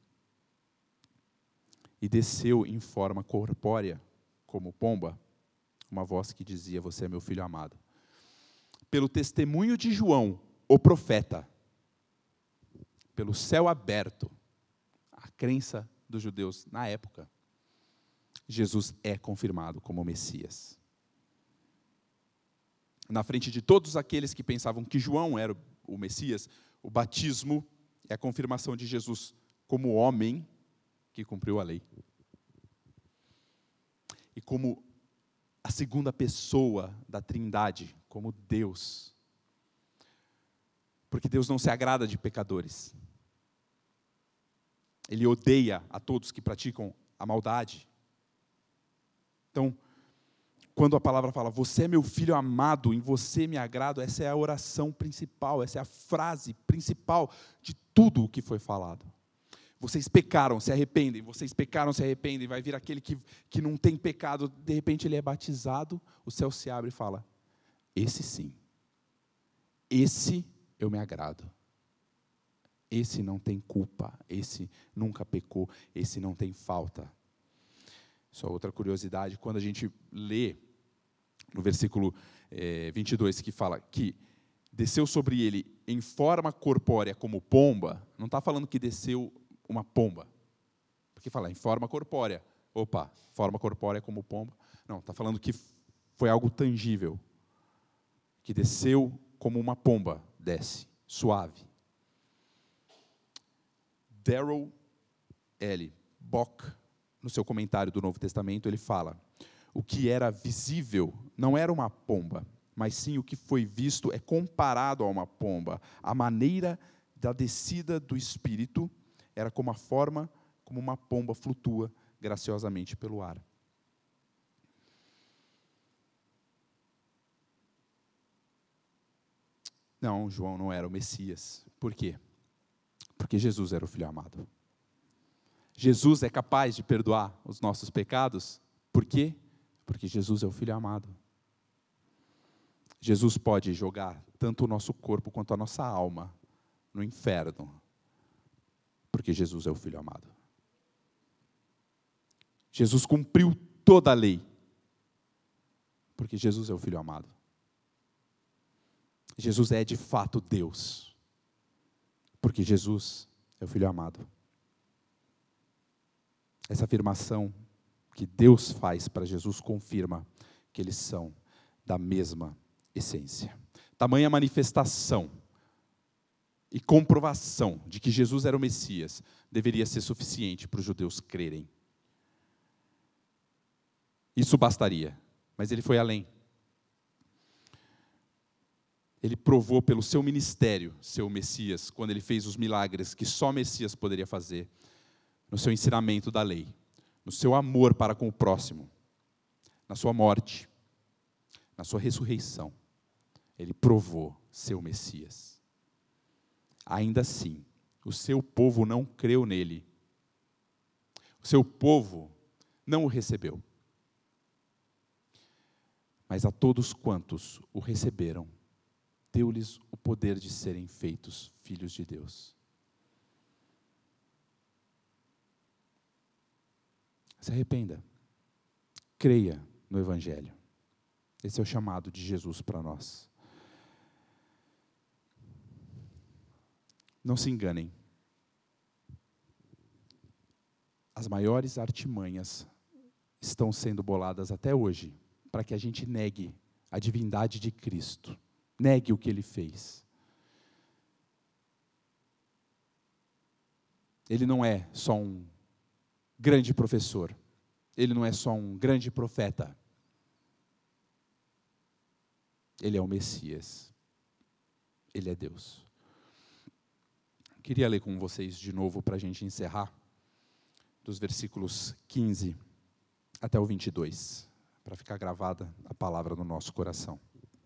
e desceu em forma corpórea, como pomba, uma voz que dizia: você é meu filho amado. Pelo testemunho de João, o profeta, pelo céu aberto, a crença dos judeus na época, Jesus é confirmado como Messias. Na frente de todos aqueles que pensavam que João era o Messias, o batismo é a confirmação de Jesus como homem que cumpriu a lei. E como a segunda pessoa da Trindade, como Deus. Porque Deus não se agrada de pecadores. Ele odeia a todos que praticam a maldade. Então, quando a palavra fala, você é meu filho amado, em você me agrado, essa é a oração principal, essa é a frase principal de tudo o que foi falado. Vocês pecaram, se arrependem, vocês pecaram, se arrependem, vai vir aquele que não tem pecado, de repente ele é batizado, o céu se abre e fala, esse sim, esse eu me agrado. Esse não tem culpa, esse nunca pecou, esse não tem falta. Só outra curiosidade, quando a gente lê no versículo 22, que fala que desceu sobre ele em forma corpórea como pomba, não está falando que desceu uma pomba. Porque fala em forma corpórea. Opa, forma corpórea como pomba. Não, está falando que foi algo tangível. Que desceu como uma pomba, desce, suave. Darrell L. Bock, no seu comentário do Novo Testamento, ele fala, o que era visível não era uma pomba, mas sim o que foi visto é comparado a uma pomba. A maneira da descida do Espírito era como a forma como uma pomba flutua graciosamente pelo ar. Não, João não era o Messias. Por quê? Porque Jesus era o Filho amado. Jesus é capaz de perdoar os nossos pecados. Por quê? Porque Jesus é o Filho amado. Jesus pode jogar tanto o nosso corpo quanto a nossa alma no inferno. Porque Jesus é o Filho amado. Jesus cumpriu toda a lei. Porque Jesus é o Filho amado. Jesus é de fato Deus. Porque Jesus é o Filho amado. Essa afirmação que Deus faz para Jesus confirma que eles são da mesma essência. Tamanha manifestação e comprovação de que Jesus era o Messias deveria ser suficiente para os judeus crerem. Isso bastaria, mas ele foi além. Ele provou pelo seu ministério ser o Messias, quando ele fez os milagres que só Messias poderia fazer, no seu ensinamento da lei, no seu amor para com o próximo, na sua morte, na sua ressurreição. Ele provou ser o Messias. Ainda assim, o seu povo não creu nele. O seu povo não o recebeu. Mas a todos quantos o receberam, deu-lhes o poder de serem feitos filhos de Deus. Se arrependa. Creia no Evangelho. Esse é o chamado de Jesus para nós. Não se enganem. As maiores artimanhas estão sendo boladas até hoje para que a gente negue a divindade de Cristo. Negue o que Ele fez. Ele não é só um grande professor. Ele não é só um grande profeta. Ele é o Messias. Ele é Deus. Queria ler com vocês de novo para a gente encerrar, dos versículos 15 até o 22, para ficar gravada a palavra no nosso coração.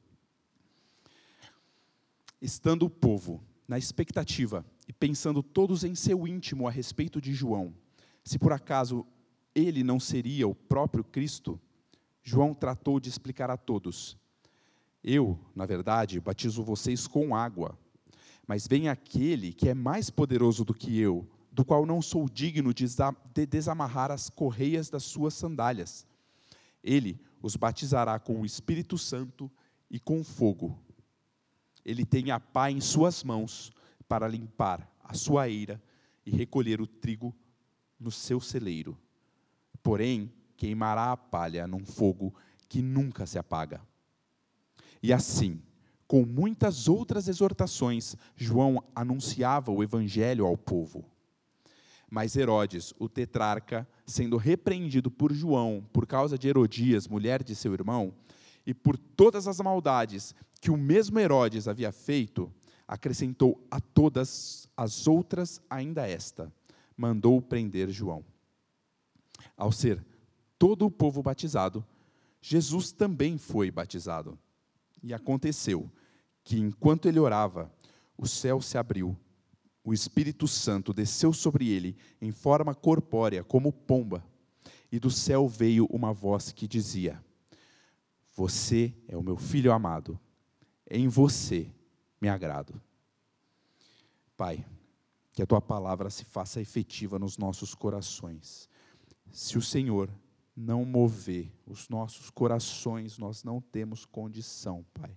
Estando o povo na expectativa e pensando todos em seu íntimo a respeito de João, se por acaso ele não seria o próprio Cristo, João tratou de explicar a todos: eu, na verdade, batizo vocês com água, mas vem aquele que é mais poderoso do que eu, do qual não sou digno de desamarrar as correias das suas sandálias. Ele os batizará com o Espírito Santo e com fogo. Ele tem a pá em suas mãos para limpar a sua eira e recolher o trigo no seu celeiro. Porém, queimará a palha num fogo que nunca se apaga. E assim, com muitas outras exortações, João anunciava o evangelho ao povo. Mas Herodes, o tetrarca, sendo repreendido por João por causa de Herodias, mulher de seu irmão, e por todas as maldades que o mesmo Herodes havia feito, acrescentou a todas as outras ainda esta: mandou prender João. Ao ser todo o povo batizado, Jesus também foi batizado. E aconteceu que, enquanto ele orava, o céu se abriu, o Espírito Santo desceu sobre ele em forma corpórea, como pomba, e do céu veio uma voz que dizia: você é o meu Filho amado, em você me agrado. Pai, que a Tua palavra se faça efetiva nos nossos corações. Se o Senhor não mover os nossos corações, nós não temos condição, Pai.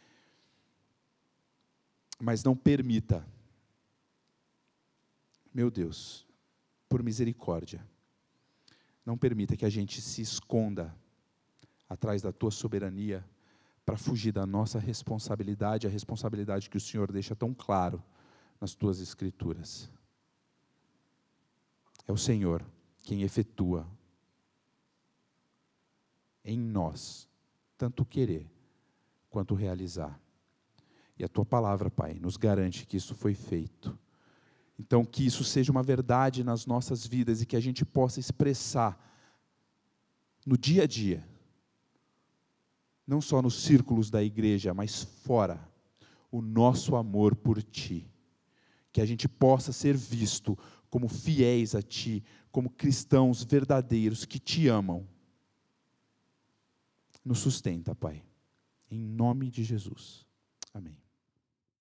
Mas não permita, meu Deus, por misericórdia, não permita que a gente se esconda atrás da Tua soberania para fugir da nossa responsabilidade, a responsabilidade que o Senhor deixa tão claro nas Tuas Escrituras. É o Senhor quem efetua em nós tanto querer quanto realizar. E a Tua palavra, Pai, nos garante que isso foi feito. Então, que isso seja uma verdade nas nossas vidas e que a gente possa expressar no dia a dia, não só nos círculos da igreja, mas fora, o nosso amor por Ti. Que a gente possa ser visto como fiéis a Ti, como cristãos verdadeiros que Te amam. Nos sustenta, Pai. Em nome de Jesus. Amém.